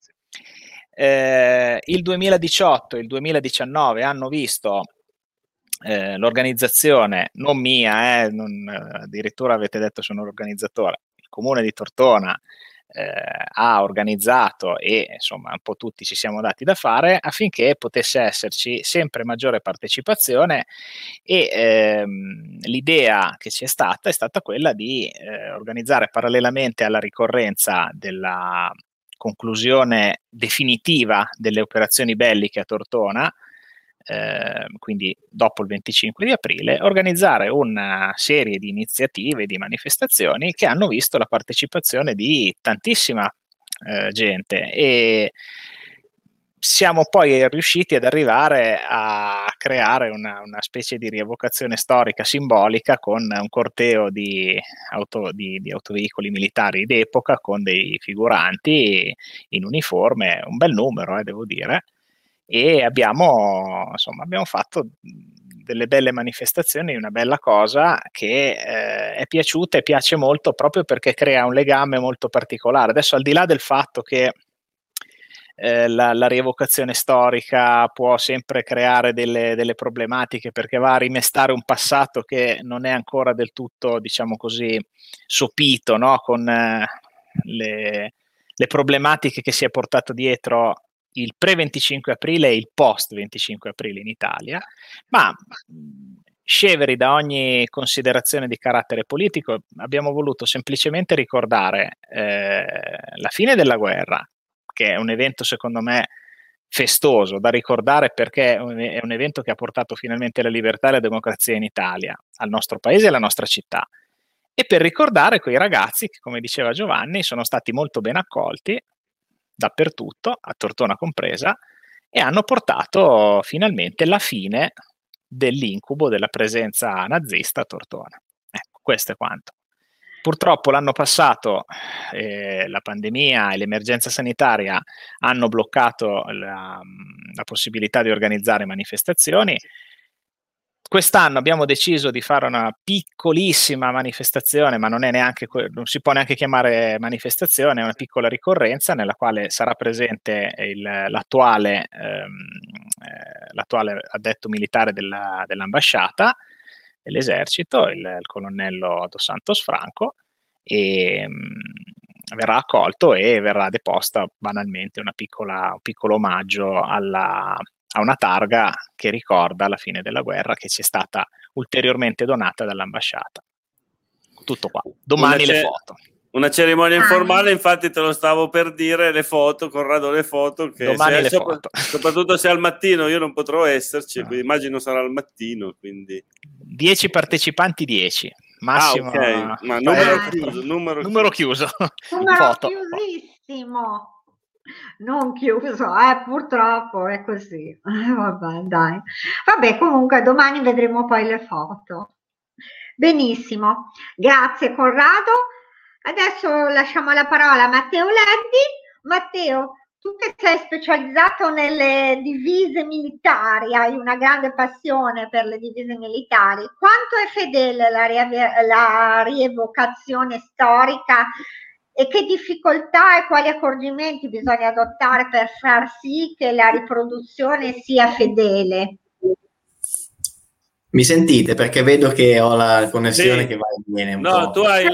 Il 2018 e il 2019 hanno visto l'organizzazione, non mia, addirittura avete detto sono l'organizzatore, il Comune di Tortona ha organizzato, e insomma un po' tutti ci siamo dati da fare affinché potesse esserci sempre maggiore partecipazione, e l'idea che ci è stata quella di organizzare, parallelamente alla ricorrenza della conclusione definitiva delle operazioni belliche a Tortona, quindi dopo il 25 di aprile, organizzare una serie di iniziative, di manifestazioni che hanno visto la partecipazione di tantissima gente, e siamo poi riusciti ad arrivare a creare una specie di rievocazione storica simbolica con un corteo di autoveicoli militari d'epoca, con dei figuranti in uniforme, un bel numero, devo dire. E abbiamo fatto delle belle manifestazioni, una bella cosa che è piaciuta e piace molto, proprio perché crea un legame molto particolare. Adesso, al di là del fatto che la rievocazione storica può sempre creare delle problematiche, perché va a rimestare un passato che non è ancora del tutto, diciamo così, sopito, no? Con le problematiche che si è portato dietro il pre-25 aprile e il post-25 aprile in Italia, ma sceveri da ogni considerazione di carattere politico. Abbiamo voluto semplicemente ricordare la fine della guerra, che è un evento secondo me festoso da ricordare, perché è un evento che ha portato finalmente la libertà e la democrazia in Italia, al nostro paese e alla nostra città, e per ricordare quei ragazzi che, come diceva Giovanni, sono stati molto ben accolti dappertutto, a Tortona compresa, e hanno portato finalmente la fine dell'incubo della presenza nazista a Tortona. Ecco, questo è quanto. Purtroppo l'anno passato la pandemia e l'emergenza sanitaria hanno bloccato la possibilità di organizzare manifestazioni. Quest'anno abbiamo deciso di fare una piccolissima manifestazione, ma non si può neanche chiamare manifestazione, è una piccola ricorrenza nella quale sarà presente l'attuale addetto militare dell'ambasciata dell'esercito, il colonnello Dos Santos Franco, e verrà accolto e verrà deposta banalmente un piccolo omaggio a una targa che ricorda la fine della guerra, che ci è stata ulteriormente donata dall'ambasciata. Tutto qua. Domani le foto. Una cerimonia informale, infatti te lo stavo per dire, le foto, Corrado, le foto, che domani foto. Soprattutto se al mattino, io non potrò esserci, quindi immagino sarà al mattino, quindi 10 partecipanti, 10 massimo. Ok, ma numero chiuso. Numero chiusissimo. Non chiuso, purtroppo è così. Vabbè, dai. Vabbè, comunque domani vedremo poi le foto. Benissimo, grazie Corrado. Adesso lasciamo la parola a Matteo Leddi. Matteo, tu che sei specializzato nelle divise militari, hai una grande passione per le divise militari, quanto è fedele la rievocazione storica e che difficoltà e quali accorgimenti bisogna adottare per far sì che la riproduzione sia fedele? Mi sentite? Perché vedo che ho la connessione che va e viene un po'. Tu hai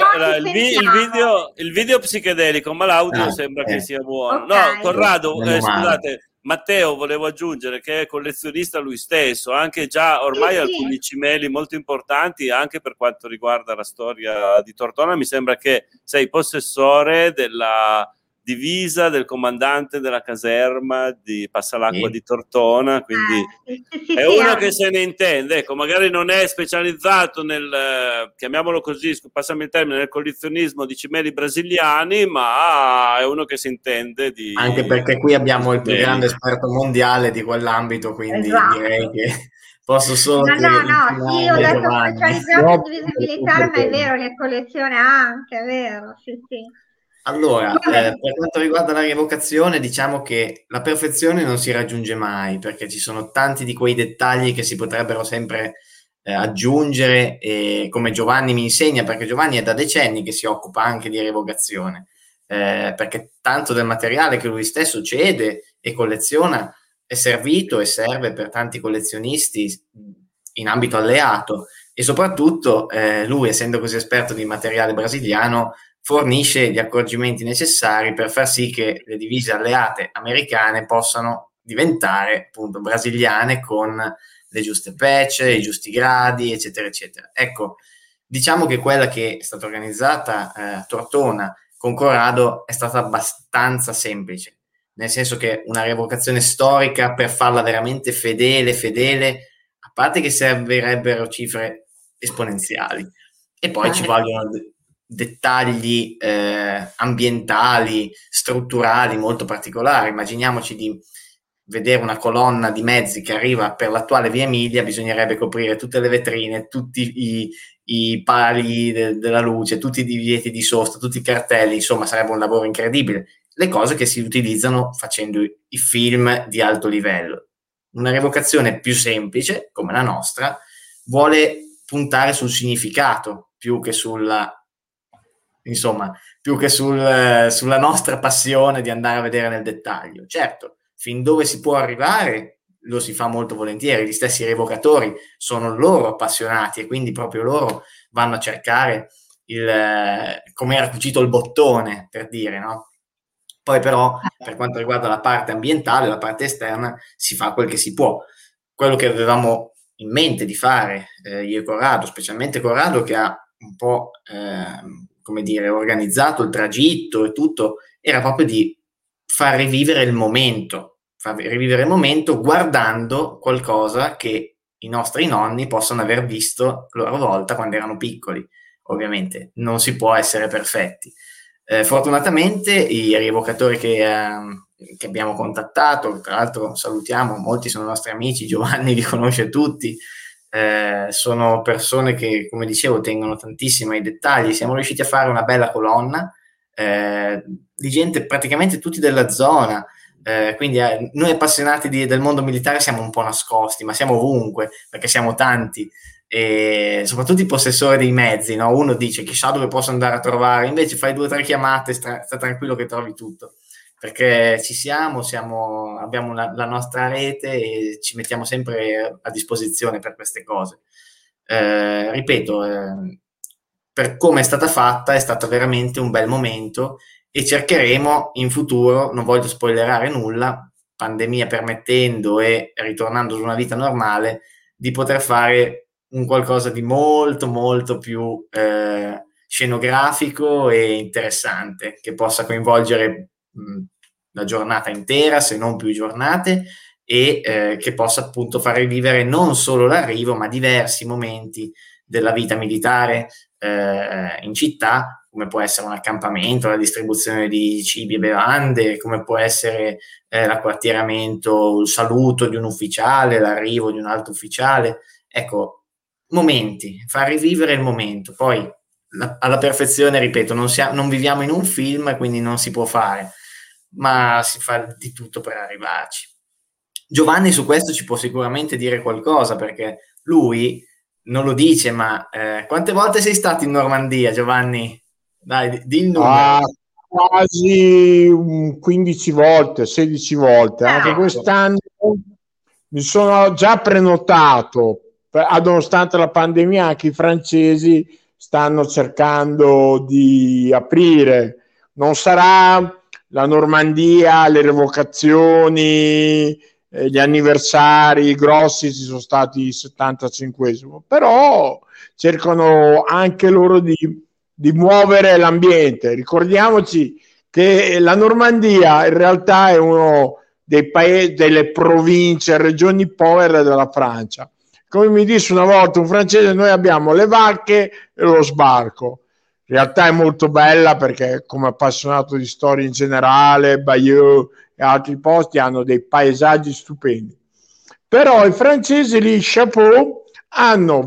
il video psichedelico, ma l'audio sembra che sia buono. Okay. No, Corrado, scusate, Matteo, volevo aggiungere che è collezionista lui stesso, anche già ormai alcuni cimeli molto importanti, anche per quanto riguarda la storia di Tortona. Mi sembra che sei possessore della divisa del comandante della caserma di Passalacqua di Tortona, quindi è uno che se ne intende, ecco, magari non è specializzato nel, chiamiamolo così, passami il termine, nel collezionismo di cimeli brasiliani, ma è uno che si intende di... Anche perché qui abbiamo il più grande esperto mondiale di quell'ambito, quindi direi che posso solo... No, sì, ho detto specializzato in divisa militare, ma è vero, le collezione anche, è vero, sì. Allora, per quanto riguarda la rievocazione, diciamo che la perfezione non si raggiunge mai, perché ci sono tanti di quei dettagli che si potrebbero sempre aggiungere, e come Giovanni mi insegna, perché Giovanni è da decenni che si occupa anche di rievocazione, perché tanto del materiale che lui stesso cede e colleziona è servito e serve per tanti collezionisti in ambito alleato, e soprattutto lui, essendo così esperto di materiale brasiliano, fornisce gli accorgimenti necessari per far sì che le divise alleate americane possano diventare appunto brasiliane, con le giuste patch, i giusti gradi, eccetera, eccetera. Ecco, diciamo che quella che è stata organizzata a Tortona con Corrado è stata abbastanza semplice, nel senso che una rievocazione storica, per farla veramente fedele, a parte che servirebbero cifre esponenziali, e poi ci vogliono dettagli ambientali, strutturali molto particolari. Immaginiamoci di vedere una colonna di mezzi che arriva per l'attuale via Emilia, bisognerebbe coprire tutte le vetrine, tutti i pali della luce, tutti i divieti di sosta, tutti i cartelli, insomma sarebbe un lavoro incredibile. Le cose che si utilizzano facendo i film di alto livello. Una rievocazione più semplice, come la nostra, vuole puntare sul significato più che sulla nostra passione di andare a vedere nel dettaglio. Certo, fin dove si può arrivare lo si fa molto volentieri, gli stessi rievocatori sono loro appassionati e quindi proprio loro vanno a cercare come era cucito il bottone, per dire, no? Poi però, per quanto riguarda la parte ambientale, la parte esterna, si fa quel che si può. Quello che avevamo in mente di fare io e Corrado, specialmente Corrado che ha un po' come dire organizzato il tragitto e tutto, era proprio di far rivivere il momento guardando qualcosa che i nostri nonni possono aver visto a loro volta quando erano piccoli. Ovviamente non si può essere perfetti. Fortunatamente i rievocatori che abbiamo contattato, tra l'altro salutiamo, molti sono nostri amici, Giovanni li conosce tutti, sono persone che, come dicevo, tengono tantissimo ai dettagli. Siamo riusciti a fare una bella colonna di gente praticamente tutti della zona, quindi noi appassionati del mondo militare siamo un po' nascosti, ma siamo ovunque perché siamo tanti, e soprattutto i possessori dei mezzi, no? Uno dice chissà dove posso andare a trovare, invece fai 2 o 3 chiamate, sta tranquillo che trovi tutto, perché ci siamo abbiamo la nostra rete e ci mettiamo sempre a disposizione per queste cose. Ripeto, per come è stata fatta è stato veramente un bel momento e cercheremo in futuro, non voglio spoilerare nulla, pandemia permettendo e ritornando ad una vita normale, di poter fare un qualcosa di molto molto più scenografico e interessante, che possa coinvolgere la giornata intera, se non più giornate, e che possa appunto far rivivere non solo l'arrivo, ma diversi momenti della vita militare in città, come può essere un accampamento, la distribuzione di cibi e bevande, come può essere l'acquartieramento, il saluto di un ufficiale, l'arrivo di un altro ufficiale. Ecco, momenti, far rivivere il momento. Poi alla perfezione, ripeto, non viviamo in un film, quindi non si può fare, ma si fa di tutto per arrivarci. Giovanni su questo ci può sicuramente dire qualcosa, perché lui non lo dice, ma quante volte sei stato in Normandia, Giovanni? Dai, di il numero. Quasi 15 volte, 16 volte. Anche quest'anno mi sono già prenotato, nonostante la pandemia anche i francesi stanno cercando di aprire. Non sarà la Normandia, le rievocazioni, gli anniversari grossi ci sono stati il 75esimo, però cercano anche loro di muovere l'ambiente. Ricordiamoci che la Normandia in realtà è uno dei paesi, delle province, regioni povere della Francia. Come mi disse una volta un francese, noi abbiamo le vacche e lo sbarco. In realtà è molto bella perché, come appassionato di storia in generale, Bayeux e altri posti hanno dei paesaggi stupendi. Però i francesi lì, chapeau, hanno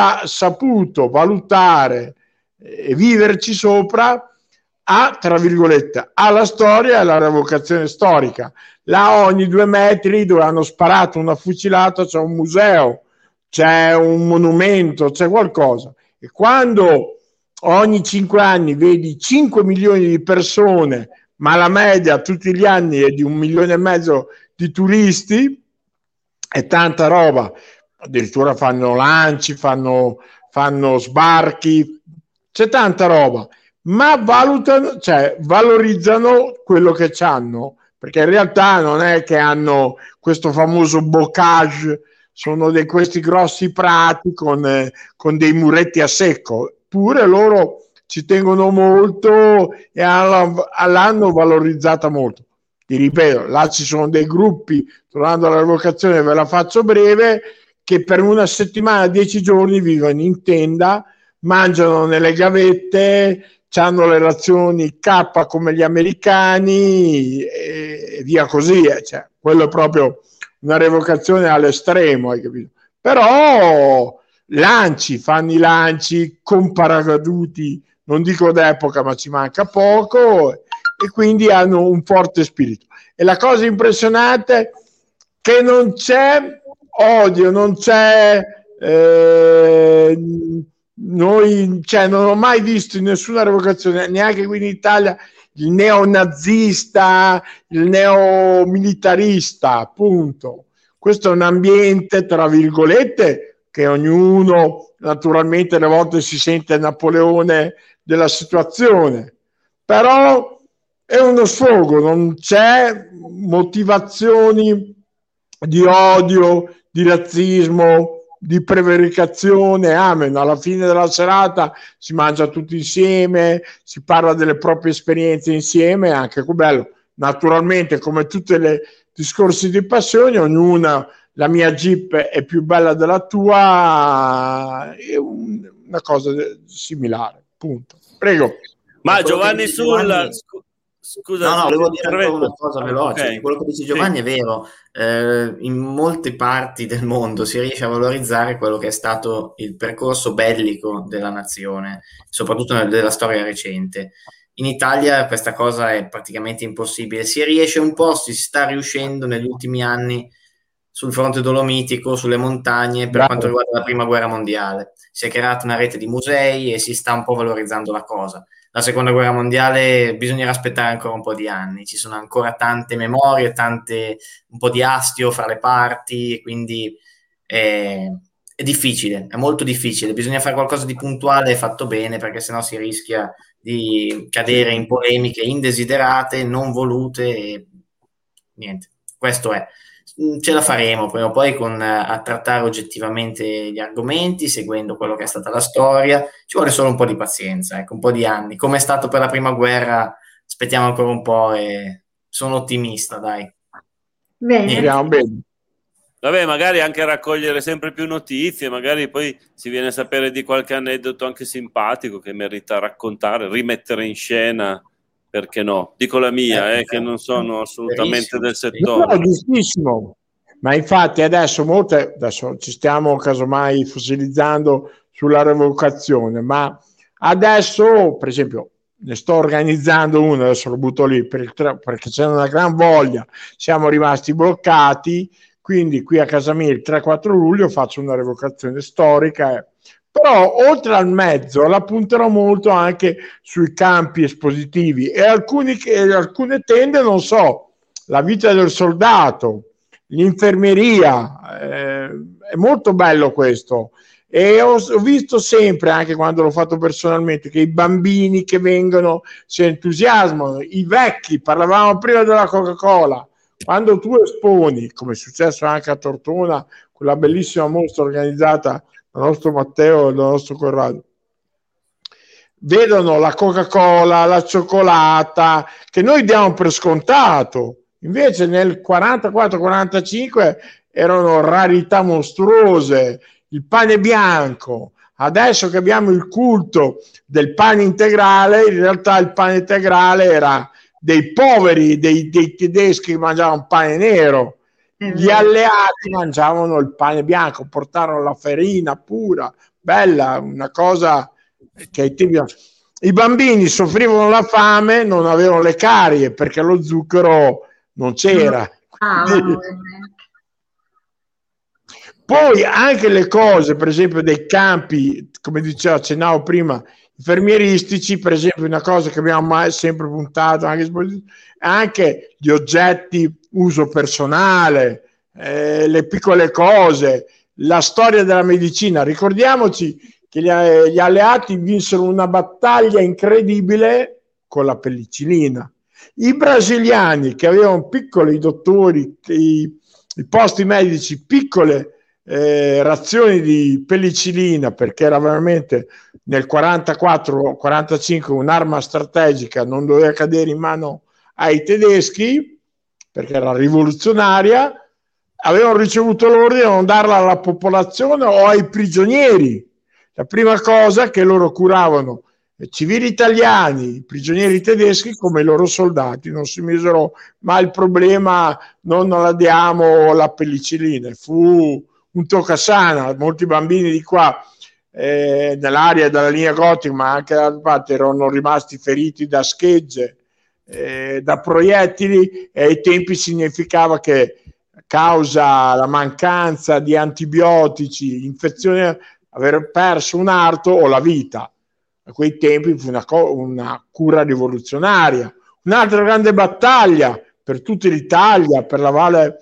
saputo valutare e viverci sopra tra virgolette, alla storia e alla rievocazione storica. Là ogni 2 metri dove hanno sparato una fucilata c'è un museo, c'è un monumento, c'è qualcosa. E quando ogni 5 anni vedi 5 milioni di persone, ma la media tutti gli anni è di 1,5 milioni di turisti, è tanta roba. Addirittura fanno lanci, fanno sbarchi, c'è tanta roba, ma valorizzano quello che c'hanno, perché in realtà non è che hanno questo famoso bocage, sono questi grossi prati con dei muretti a secco, pure loro ci tengono molto e l'hanno valorizzata molto. Ti ripeto, là ci sono dei gruppi, tornando alla rievocazione ve la faccio breve, che per una settimana, 10 giorni vivono in tenda, mangiano nelle gavette, hanno le razioni K come gli americani e via così. Cioè, quello è proprio una rievocazione all'estremo, hai capito? Però fanno i lanci con paracaduti, non dico d'epoca, ma ci manca poco, e quindi hanno un forte spirito. E la cosa impressionante è che non c'è odio, non c'è non ho mai visto in nessuna rievocazione, neanche qui in Italia, il neonazista, il neomilitarista, appunto. Questo è un ambiente, tra virgolette, che ognuno naturalmente alle volte si sente Napoleone della situazione, però è uno sfogo, non c'è motivazioni di odio, di razzismo, di prevaricazione, amen. Alla fine della serata si mangia tutti insieme, si parla delle proprie esperienze insieme, anche bello. Naturalmente, come tutti i discorsi di passione, ognuna, la mia Jeep è più bella della tua, è una cosa similare, punto. Prego. Ma Giovanni Sulla, scusa, no, volevo dire ancora una cosa veloce. Okay. Quello che dice Giovanni è vero. In molte parti del mondo si riesce a valorizzare quello che è stato il percorso bellico della nazione, soprattutto della storia recente. In Italia questa cosa è praticamente impossibile. Si riesce un po', si sta riuscendo negli ultimi anni sul fronte dolomitico, sulle montagne, per quanto riguarda la prima guerra mondiale. Si è creata una rete di musei e si sta un po' valorizzando la cosa. La seconda guerra mondiale bisognerà aspettare ancora un po' di anni, ci sono ancora tante memorie, un po' di astio fra le parti, quindi è difficile, è molto difficile, bisogna fare qualcosa di puntuale e fatto bene, perché sennò si rischia di cadere in polemiche indesiderate, non volute e niente, questo è. Ce la faremo prima o poi a trattare oggettivamente gli argomenti, seguendo quello che è stata la storia. Ci vuole solo un po' di pazienza, ecco, un po' di anni. Come è stato per la prima guerra, aspettiamo ancora un po' e sono ottimista, dai. Bene. Vabbè, magari anche raccogliere sempre più notizie, magari poi si viene a sapere di qualche aneddoto anche simpatico che merita raccontare, rimettere in scena. Perché no? Dico la mia, che non sono assolutamente del settore. No, giustissimo. Ma infatti adesso ci stiamo casomai fossilizzando sulla revocazione, ma adesso, per esempio, ne sto organizzando uno, adesso lo butto lì, perché c'è una gran voglia, siamo rimasti bloccati, quindi qui a casa mia il 3-4 luglio faccio una revocazione storica. Però oltre al mezzo la punterò molto anche sui campi espositivi e alcune tende, non so, la vita del soldato, l'infermeria, è molto bello questo. E ho visto sempre, anche quando l'ho fatto personalmente, che i bambini che vengono si entusiasmano, i vecchi, parlavamo prima della Coca-Cola, quando tu esponi, come è successo anche a Tortona, quella bellissima mostra organizzata dal nostro Matteo e dal nostro Corrado, vedono la Coca-Cola, la cioccolata, che noi diamo per scontato, invece nel 44-45 erano rarità mostruose, il pane bianco. Adesso che abbiamo il culto del pane integrale, in realtà il pane integrale era dei poveri, dei tedeschi che mangiavano pane nero. Gli alleati mangiavano il pane bianco, portarono la farina pura, bella, una cosa che i bambini soffrivano la fame, non avevano le carie perché lo zucchero non c'era. Poi anche le cose, per esempio dei campi, come accennavo prima, infermieristici, per esempio, una cosa che abbiamo sempre puntato, anche gli oggetti uso personale, le piccole cose, la storia della medicina. Ricordiamoci che gli alleati vinsero una battaglia incredibile con la penicillina. I brasiliani, che avevano piccoli dottori, i posti medici, piccole razioni di penicillina, perché era veramente nel 44-45 un'arma strategica, non doveva cadere in mano ai tedeschi perché era rivoluzionaria, avevano ricevuto l'ordine di non darla alla popolazione o ai prigionieri. La prima cosa che loro curavano civili italiani, i prigionieri tedeschi come i loro soldati, non si misero mai il problema, non la diamo la penicillina, fu un toccasana. Molti bambini di qua nell'area della linea gotica, ma anche dall'altra parte, erano rimasti feriti da schegge, da proiettili, e ai tempi significava che causa la mancanza di antibiotici, infezione, aver perso un arto o la vita. A quei tempi fu una cura rivoluzionaria. Un'altra grande battaglia per tutta l'Italia, per la Valle,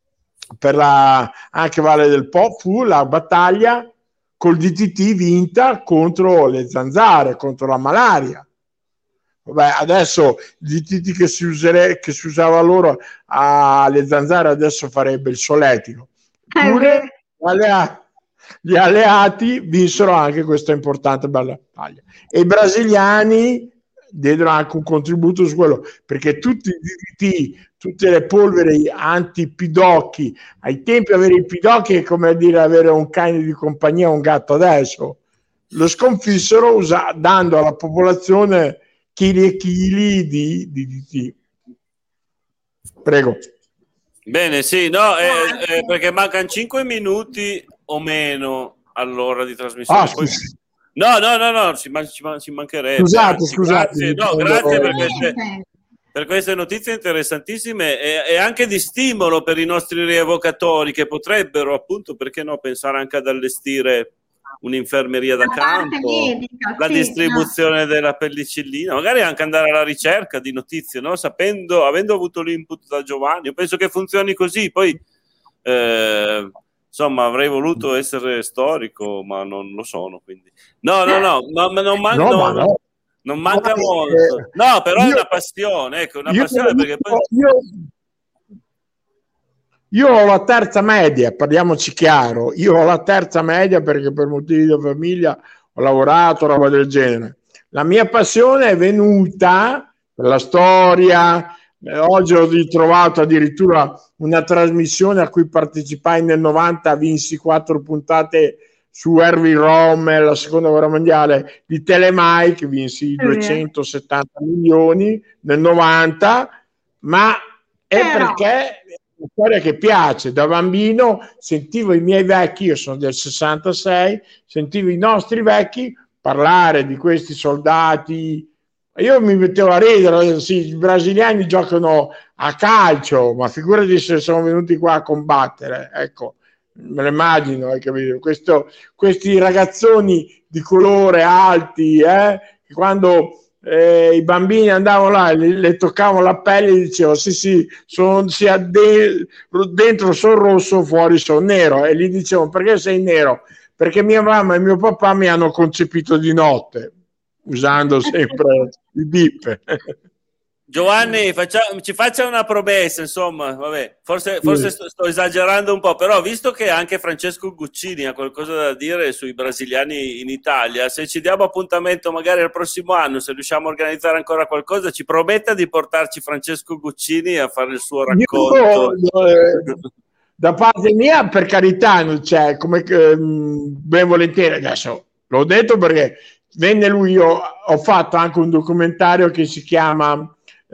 anche Valle del Po, fu la battaglia col DDT vinta contro le zanzare, contro la malaria. Vabbè, adesso il DDT che si usava allora alle zanzare adesso farebbe il soletico. Eppure Gli alleati vinsero anche questa importante battaglia e i brasiliani diedero anche un contributo su quello, perché tutti i DDT, tutte le polveri anti-pidocchi, ai tempi avere i pidocchi è come dire avere un cane di compagnia, un gatto adesso, lo sconfissero dando alla popolazione chili e chili di DDT. Prego. Bene, sì, no, perché mancano 5 minuti o meno all'ora di trasmissione. Poi... No, ci mancherebbe. Scusate. Grazie per queste notizie interessantissime e anche di stimolo per i nostri rievocatori che potrebbero, appunto, perché no, pensare anche ad allestire un'infermeria da campo, medica, la distribuzione della pellicillina, magari anche andare alla ricerca di notizie, no? Avendo avuto l'input da Giovanni, io penso che funzioni così. Poi insomma avrei voluto essere storico, ma non lo sono, quindi no, ma non manca molto. No, però è una passione, ecco, perché poi... Io ho la terza media, parliamoci chiaro, io ho la terza media perché per motivi di famiglia ho lavorato, roba del genere. La mia passione è venuta per la storia. Oggi ho ritrovato addirittura una trasmissione a cui partecipai nel 90, vinsi 4 puntate su Erwin Rommel, la seconda guerra mondiale, di Telemike, vinsi 270 milioni nel 90, ma è perché... una storia che piace. Da bambino sentivo i miei vecchi, io sono del 66, sentivo i nostri vecchi parlare di questi soldati, io mi mettevo a ridere. Sì, i brasiliani giocano a calcio, ma figurati se sono venuti qua a combattere, ecco, me lo immagino, hai capito? Questi ragazzoni di colore alti, che quando i bambini andavano là, le toccavano la pelle e dicevano sì, dentro sono rosso, fuori sono nero, e gli dicevano perché sei nero? Perché mia mamma e mio papà mi hanno concepito di notte, usando sempre il bip. Giovanni, ci faccia una promessa, insomma, vabbè, forse sto esagerando un po', però visto che anche Francesco Guccini ha qualcosa da dire sui brasiliani in Italia, se ci diamo appuntamento magari al prossimo anno, se riusciamo a organizzare ancora qualcosa, ci prometta di portarci Francesco Guccini a fare il suo racconto. Da parte mia, per carità, non c'è, come ben volentieri. Adesso l'ho detto perché venne lui, io ho fatto anche un documentario che si chiama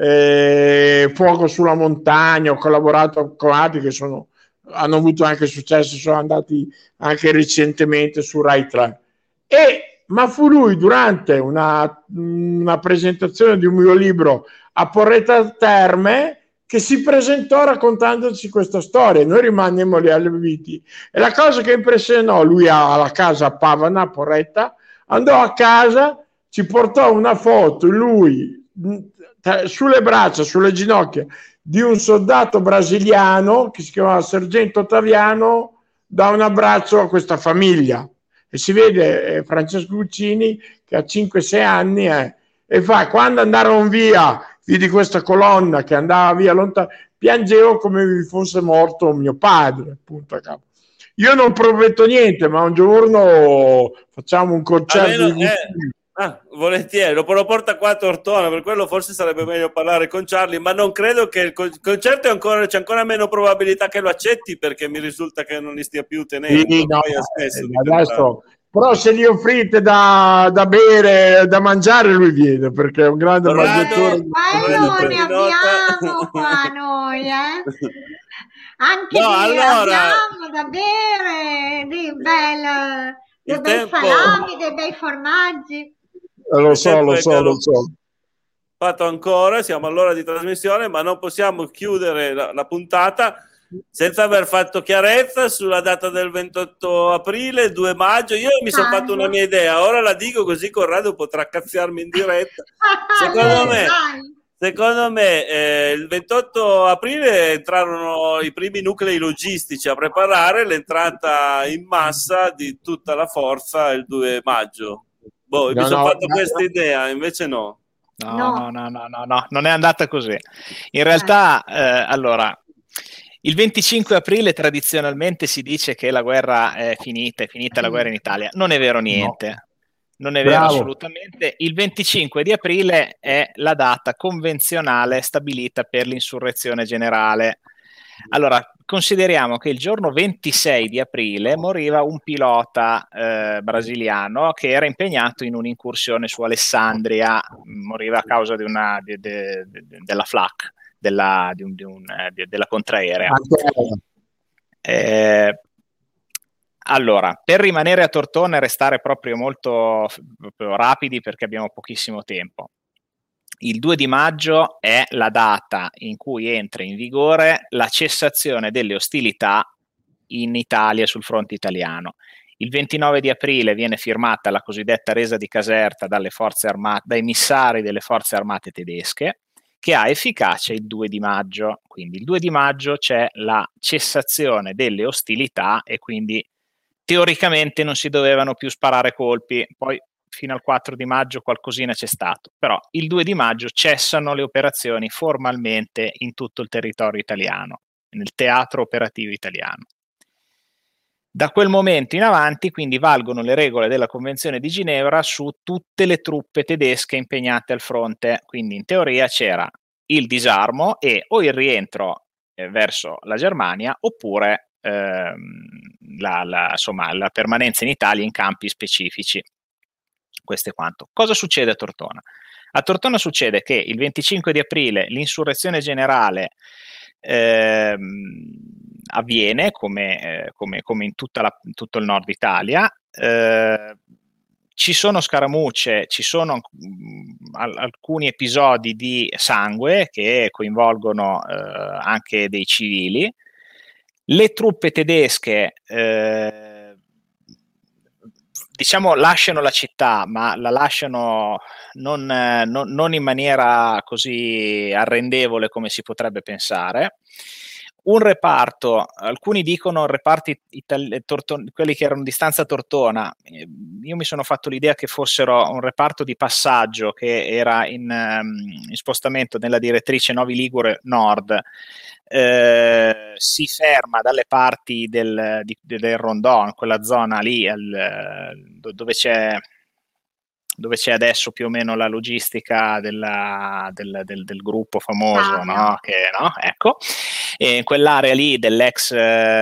Fuoco sulla montagna, ho collaborato con altri che hanno avuto anche successo, sono andati anche recentemente su Rai 3, ma fu lui durante una presentazione di un mio libro a Porretta Terme che si presentò raccontandoci questa storia. Noi rimanemmo lì allibiti, e la cosa che impressionò, lui ha la casa a Pavana, Porretta, andò a casa, ci portò una foto, lui sulle braccia, sulle ginocchia di un soldato brasiliano che si chiamava Sergento Ottaviano, dà un abbraccio a questa famiglia, e si vede Francesco Guccini che ha 5-6 anni e quando andarono via, vidi questa colonna che andava via lontano, piangevo come se fosse morto mio padre, appunto, a capo. Io non prometto niente, ma un giorno facciamo un concerto volentieri, lo porta qua a Tortona, per quello forse sarebbe meglio parlare con Charlie, ma non credo che il concerto c'è ancora meno probabilità che lo accetti, perché mi risulta che non li stia più tenendo. Sì, no, adesso, però se gli offrite da bere, da mangiare, lui viene, perché è un grande mangiatore. Quello ne abbiamo qua noi, anche abbiamo da bere, dei bei salami, dei bei formaggi. Lo so. Fatto ancora, siamo all'ora di trasmissione, ma non possiamo chiudere la puntata senza aver fatto chiarezza sulla data del 28 aprile, 2 maggio. Io mi sono fatto una mia idea, ora la dico così Corrado potrà cazziarmi in diretta. Secondo me il 28 aprile entrarono i primi nuclei logistici a preparare l'entrata in massa di tutta la forza il 2 maggio. Mi sono fatto questa idea, invece no. No, non è andata così. In realtà, allora, Il 25 aprile tradizionalmente si dice che la guerra è finita la guerra in Italia. Non è vero niente. No. Non è vero assolutamente. Il 25 di aprile è la data convenzionale stabilita per l'insurrezione generale. Allora, consideriamo che il giorno 26 di aprile moriva un pilota brasiliano che era impegnato in un'incursione su Alessandria, moriva a causa di della FLAC, della contraerea. Allora, per rimanere a Tortona e restare proprio molto rapidi perché abbiamo pochissimo tempo, il 2 di maggio è la data in cui entra in vigore la cessazione delle ostilità in Italia sul fronte italiano. Il 29 di aprile viene firmata la cosiddetta resa di Caserta dalle forze armate, dai missari delle forze armate tedesche, che ha efficacia il 2 di maggio. Quindi il 2 di maggio c'è la cessazione delle ostilità e quindi teoricamente non si dovevano più sparare colpi. Poi fino al 4 di maggio qualcosina c'è stato, però il 2 di maggio cessano le operazioni formalmente in tutto il territorio italiano, nel teatro operativo italiano. Da quel momento in avanti quindi valgono le regole della Convenzione di Ginevra su tutte le truppe tedesche impegnate al fronte, quindi in teoria c'era il disarmo e o il rientro verso la Germania oppure la permanenza in Italia in campi specifici. Questo è quanto. Cosa succede a Tortona? A Tortona succede che il 25 di aprile l'insurrezione generale avviene come in tutto il nord Italia. Ci sono scaramucce, ci sono alcuni episodi di sangue che coinvolgono anche dei civili. Le truppe tedesche diciamo lasciano la città, ma la lasciano non in maniera così arrendevole come si potrebbe pensare. Un reparto, alcuni dicono reparti quelli che erano di stanza Tortona, io mi sono fatto l'idea che fossero un reparto di passaggio che era in spostamento nella direttrice Novi Ligure Nord, si ferma dalle parti del Rondon, quella zona lì dove c'è adesso più o meno la logistica del gruppo famoso, no? Ecco, e in quell'area lì l'ex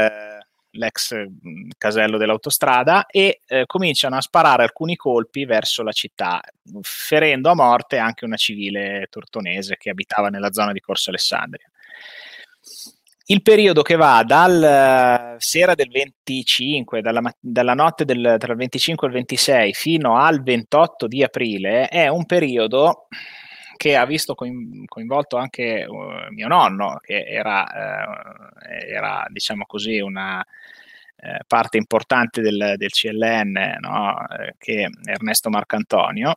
casello dell'autostrada e cominciano a sparare alcuni colpi verso la città, ferendo a morte anche una civile tortonese che abitava nella zona di Corso Alessandria. Il periodo che va dal sera del 25, dalla notte tra il 25 e il 26 fino al 28 di aprile è un periodo che ha visto coinvolto anche mio nonno, che era diciamo così una parte importante del CLN, no? Che è Ernesto Marcantonio.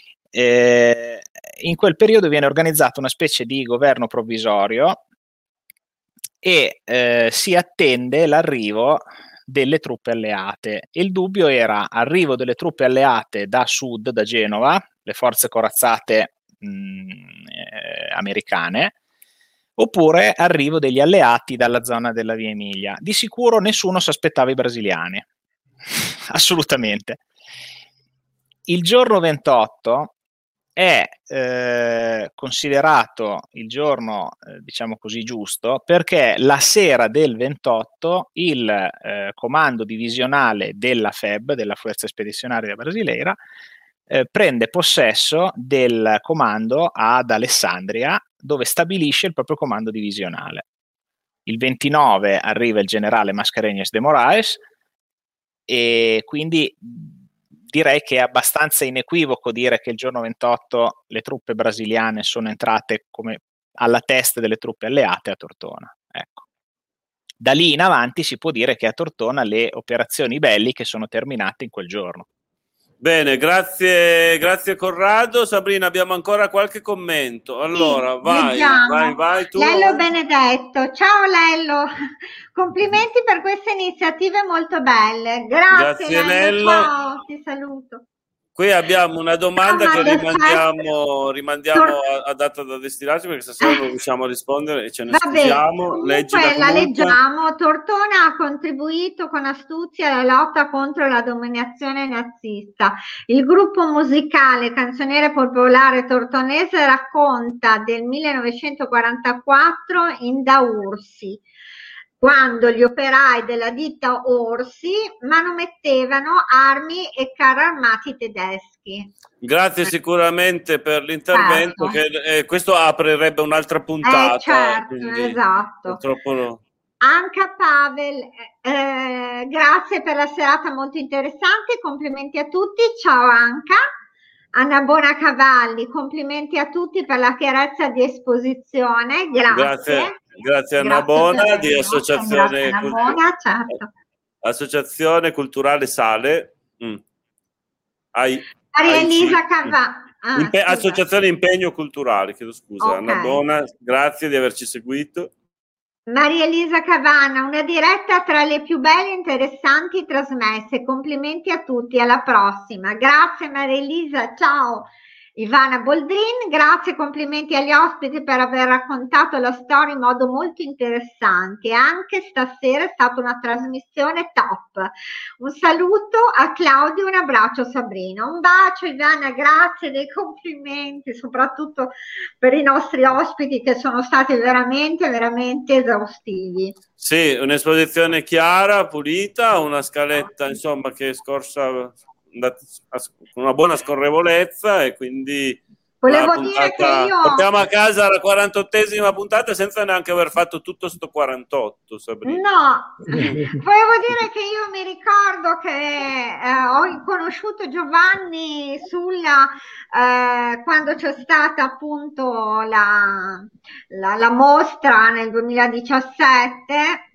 In quel periodo viene organizzato una specie di governo provvisorio e si attende l'arrivo delle truppe alleate. Il dubbio era arrivo delle truppe alleate da sud, da Genova, le forze corazzate americane, oppure arrivo degli alleati dalla zona della Via Emilia. Di sicuro nessuno si aspettava i brasiliani, assolutamente. Il giorno 28 è considerato il giorno, diciamo così, giusto, perché la sera del 28 il comando divisionale della FEB, della Forza Spedizionaria Brasileira, prende possesso del comando ad Alessandria, dove stabilisce il proprio comando divisionale. Il 29 arriva il generale Mascarenhas de Moraes e quindi direi che è abbastanza inequivoco dire che il giorno 28 le truppe brasiliane sono entrate come alla testa delle truppe alleate a Tortona. Ecco. Da lì in avanti si può dire che a Tortona le operazioni belliche sono terminate in quel giorno. Bene, grazie Corrado. Sabrina, abbiamo ancora qualche commento. Allora, sì, vai tu. Lello Benedetto, ciao Lello, complimenti per queste iniziative molto belle. Grazie Lello. Ciao, ti saluto. Qui abbiamo una domanda che rimandiamo a data da destinarci, perché stasera non riusciamo a rispondere e ce ne scusiamo. La leggiamo. Tortona ha contribuito con astuzia alla lotta contro la dominazione nazista. Il gruppo musicale canzoniere popolare tortonese racconta del 1944 in Da Ursi, quando gli operai della ditta Orsi manomettevano armi e carri armati tedeschi. Grazie sicuramente per l'intervento, che questo aprirebbe un'altra puntata. Certo, esatto. Purtroppo no. Anca Pavel, grazie per la serata molto interessante, complimenti a tutti, ciao Anca. Anna Bonacavalli, complimenti a tutti per la chiarezza di esposizione, grazie Anna Bona di Associazione Associazione Culturale Sale. Maria Elisa Associazione Impegno Culturale, chiedo scusa. Anna Bona, grazie di averci seguito. Maria Elisa Cavanna, una diretta tra le più belle e interessanti trasmesse. Complimenti a tutti, alla prossima. Grazie Maria Elisa, ciao. Ivana Boldrin, grazie, complimenti agli ospiti per aver raccontato la storia in modo molto interessante. Anche stasera è stata una trasmissione top. Un saluto a Claudio, un abbraccio Sabrina. Un bacio Ivana, grazie dei complimenti, soprattutto per i nostri ospiti che sono stati veramente, veramente esaustivi. Sì, un'esposizione chiara, pulita, una scaletta insomma che è scorsa con una buona scorrevolezza, e quindi volevo dire che io portiamo a casa la 48esima puntata senza neanche aver fatto tutto sto 48, Sabrina. No, volevo dire che io mi ricordo che ho conosciuto Giovanni quando c'è stata appunto la mostra nel 2017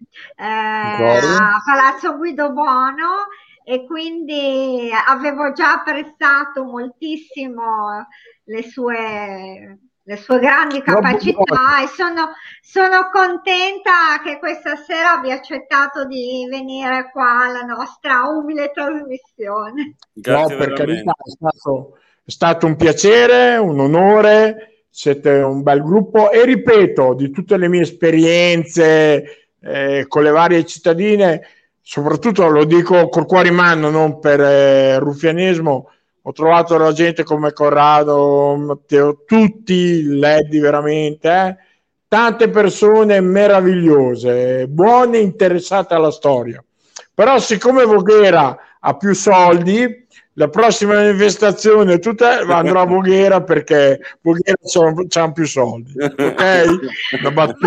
a Palazzo Guido Bono, e quindi avevo già apprezzato moltissimo le sue grandi capacità, e sono contenta che questa sera abbia accettato di venire qua alla nostra umile trasmissione. Grazie, per carità, è stato un piacere, un onore, siete un bel gruppo, e ripeto, di tutte le mie esperienze con le varie cittadine, soprattutto lo dico col cuore in mano, non per ruffianesmo, ho trovato la gente come Corrado, Matteo, tutti ledi veramente, tante persone meravigliose, buone, interessate alla storia. Però siccome Voghera ha più soldi, la prossima manifestazione andrò a Voghera, perché Voghera c'ha più soldi, ok? Una battuta.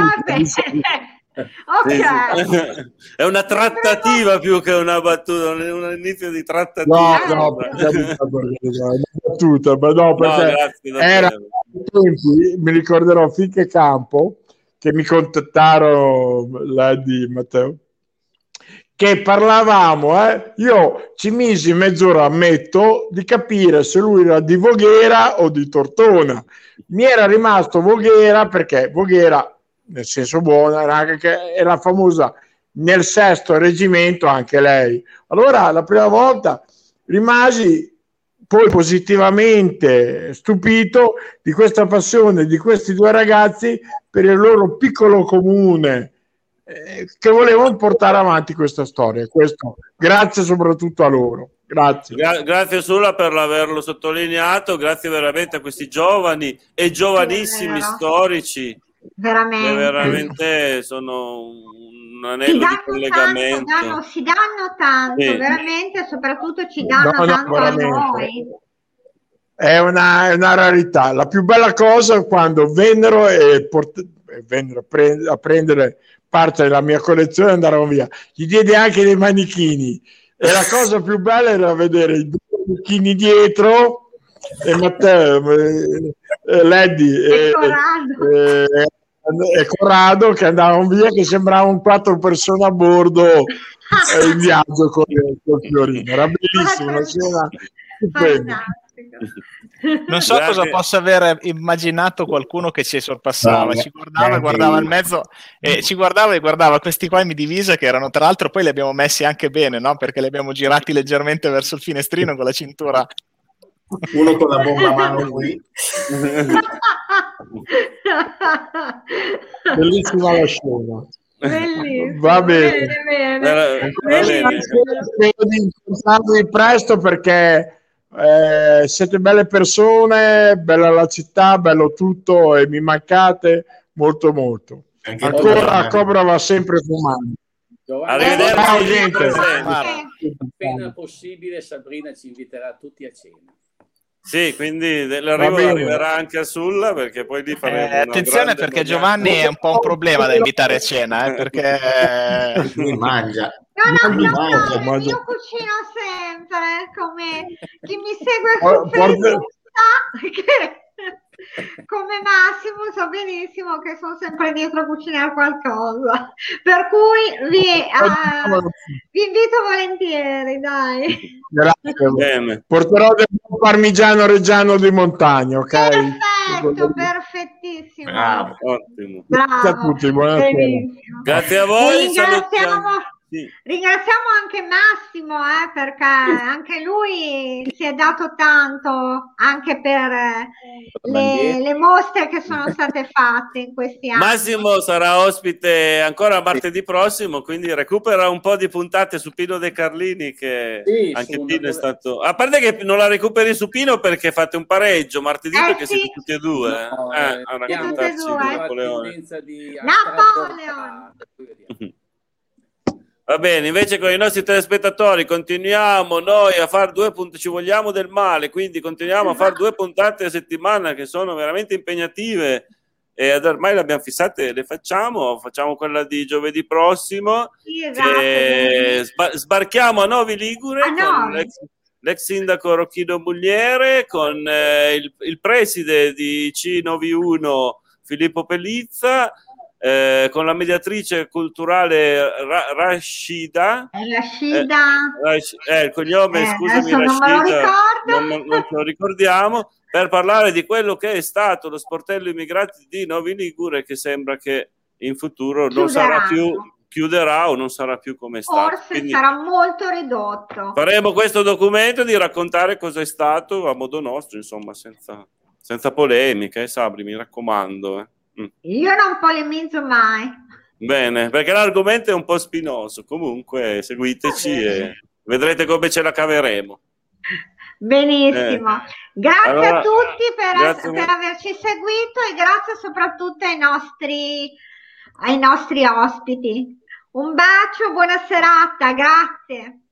Okay. È una trattativa più che una battuta, un inizio di trattativa. No, battuta, ma no, perché era tempi, mi ricorderò finché campo che mi contattarono di Matteo, che parlavamo, io ci misi mezz'ora, ammetto, di capire se lui era di Voghera o di Tortona. Mi era rimasto Voghera, perché Voghera, nel senso buono, era famosa nel 6° reggimento anche lei. Allora la prima volta rimasi poi positivamente stupito di questa passione di questi due ragazzi per il loro piccolo comune, che volevano portare avanti questa storia. Questo grazie soprattutto a loro. Grazie Sula per averlo sottolineato, grazie veramente a questi giovani e giovanissimi storici. Veramente sono un anello di collegamento. Si danno tanto, sì. Veramente, soprattutto ci danno tanto a noi. È una rarità. La più bella cosa è quando vennero a prendere parte della mia collezione e andarono via. Gli diedi anche dei manichini, e la cosa più bella era vedere i 2 manichini dietro e Matteo, Leddi e Corrado che andavano via, che sembravano 4 persone a bordo in viaggio con Fiorino. Era bellissimo, una scena stupenda. Non so cosa possa aver immaginato qualcuno che ci sorpassava, ci guardava il mezzo e ci guardava questi qua in divisa, che erano tra l'altro, poi li abbiamo messi anche bene, no? Perché li abbiamo girati leggermente verso il finestrino con la cintura Uno con la bomba a mano qui. Bellissima la scena. Bellissimo. Va bene. Bene. Spero di incontrarvi presto perché siete belle persone, bella la città, bello tutto e mi mancate molto molto. Ancora a Cobra va sempre fumando. Arrivederci. Ciao gente. Appena possibile Sabrina ci inviterà tutti a cena. Sì, quindi l'arrivo arriverà anche a Sulla, perché poi lì faremo attenzione perché Giovanni è un po' un problema da invitare a cena, perché lui mangia. No, io cucino sempre, come chi mi segue su Facebook sa che come Massimo so benissimo che sono sempre dietro a cucinare qualcosa, per cui vi invito volentieri, dai. Grazie. Bene. Porterò del parmigiano reggiano di montagna, ok? Perfetto, perfettissimo. Bravo. Ottimo. Grazie a tutti, buonasera. Grazie a voi. Ringraziamo anche Massimo, perché anche lui si è dato tanto anche per le mostre che sono state fatte in questi anni. Massimo sarà ospite ancora martedì prossimo, quindi recupera un po' di puntate su Pino De Carlini, che anche Pino è stato... A parte che non la recuperi su Pino perché fate un pareggio martedì, perché siete tutti e due. No, a raccontarci di Napoleone. Napoleon. Va bene, invece con i nostri telespettatori continuiamo noi a fare ci vogliamo del male, quindi continuiamo a fare 2 puntate a settimana che sono veramente impegnative e ormai le abbiamo fissate, le facciamo quella di giovedì prossimo, sbarchiamo a Novi Ligure con l'ex sindaco Rocchino Bugliere, con il preside di C91 Filippo Pellizza, con la mediatrice culturale Rashida. Il cognome, scusami, Rashida, non ce lo ricordiamo, per parlare di quello che è stato lo sportello immigrati di Novi Ligure, che sembra che in futuro non sarà più, chiuderà o non sarà più come è stato. Forse sarà molto ridotto. Faremo questo documento di raccontare cosa è stato a modo nostro, insomma, senza polemiche, Sabri, mi raccomando. Io non polemizzo mai. Bene, perché l'argomento è un po' spinoso. Comunque seguiteci e vedrete come ce la caveremo. Benissimo. Grazie a tutti per averci seguito e grazie soprattutto ai nostri ospiti. Un bacio, buona serata, grazie.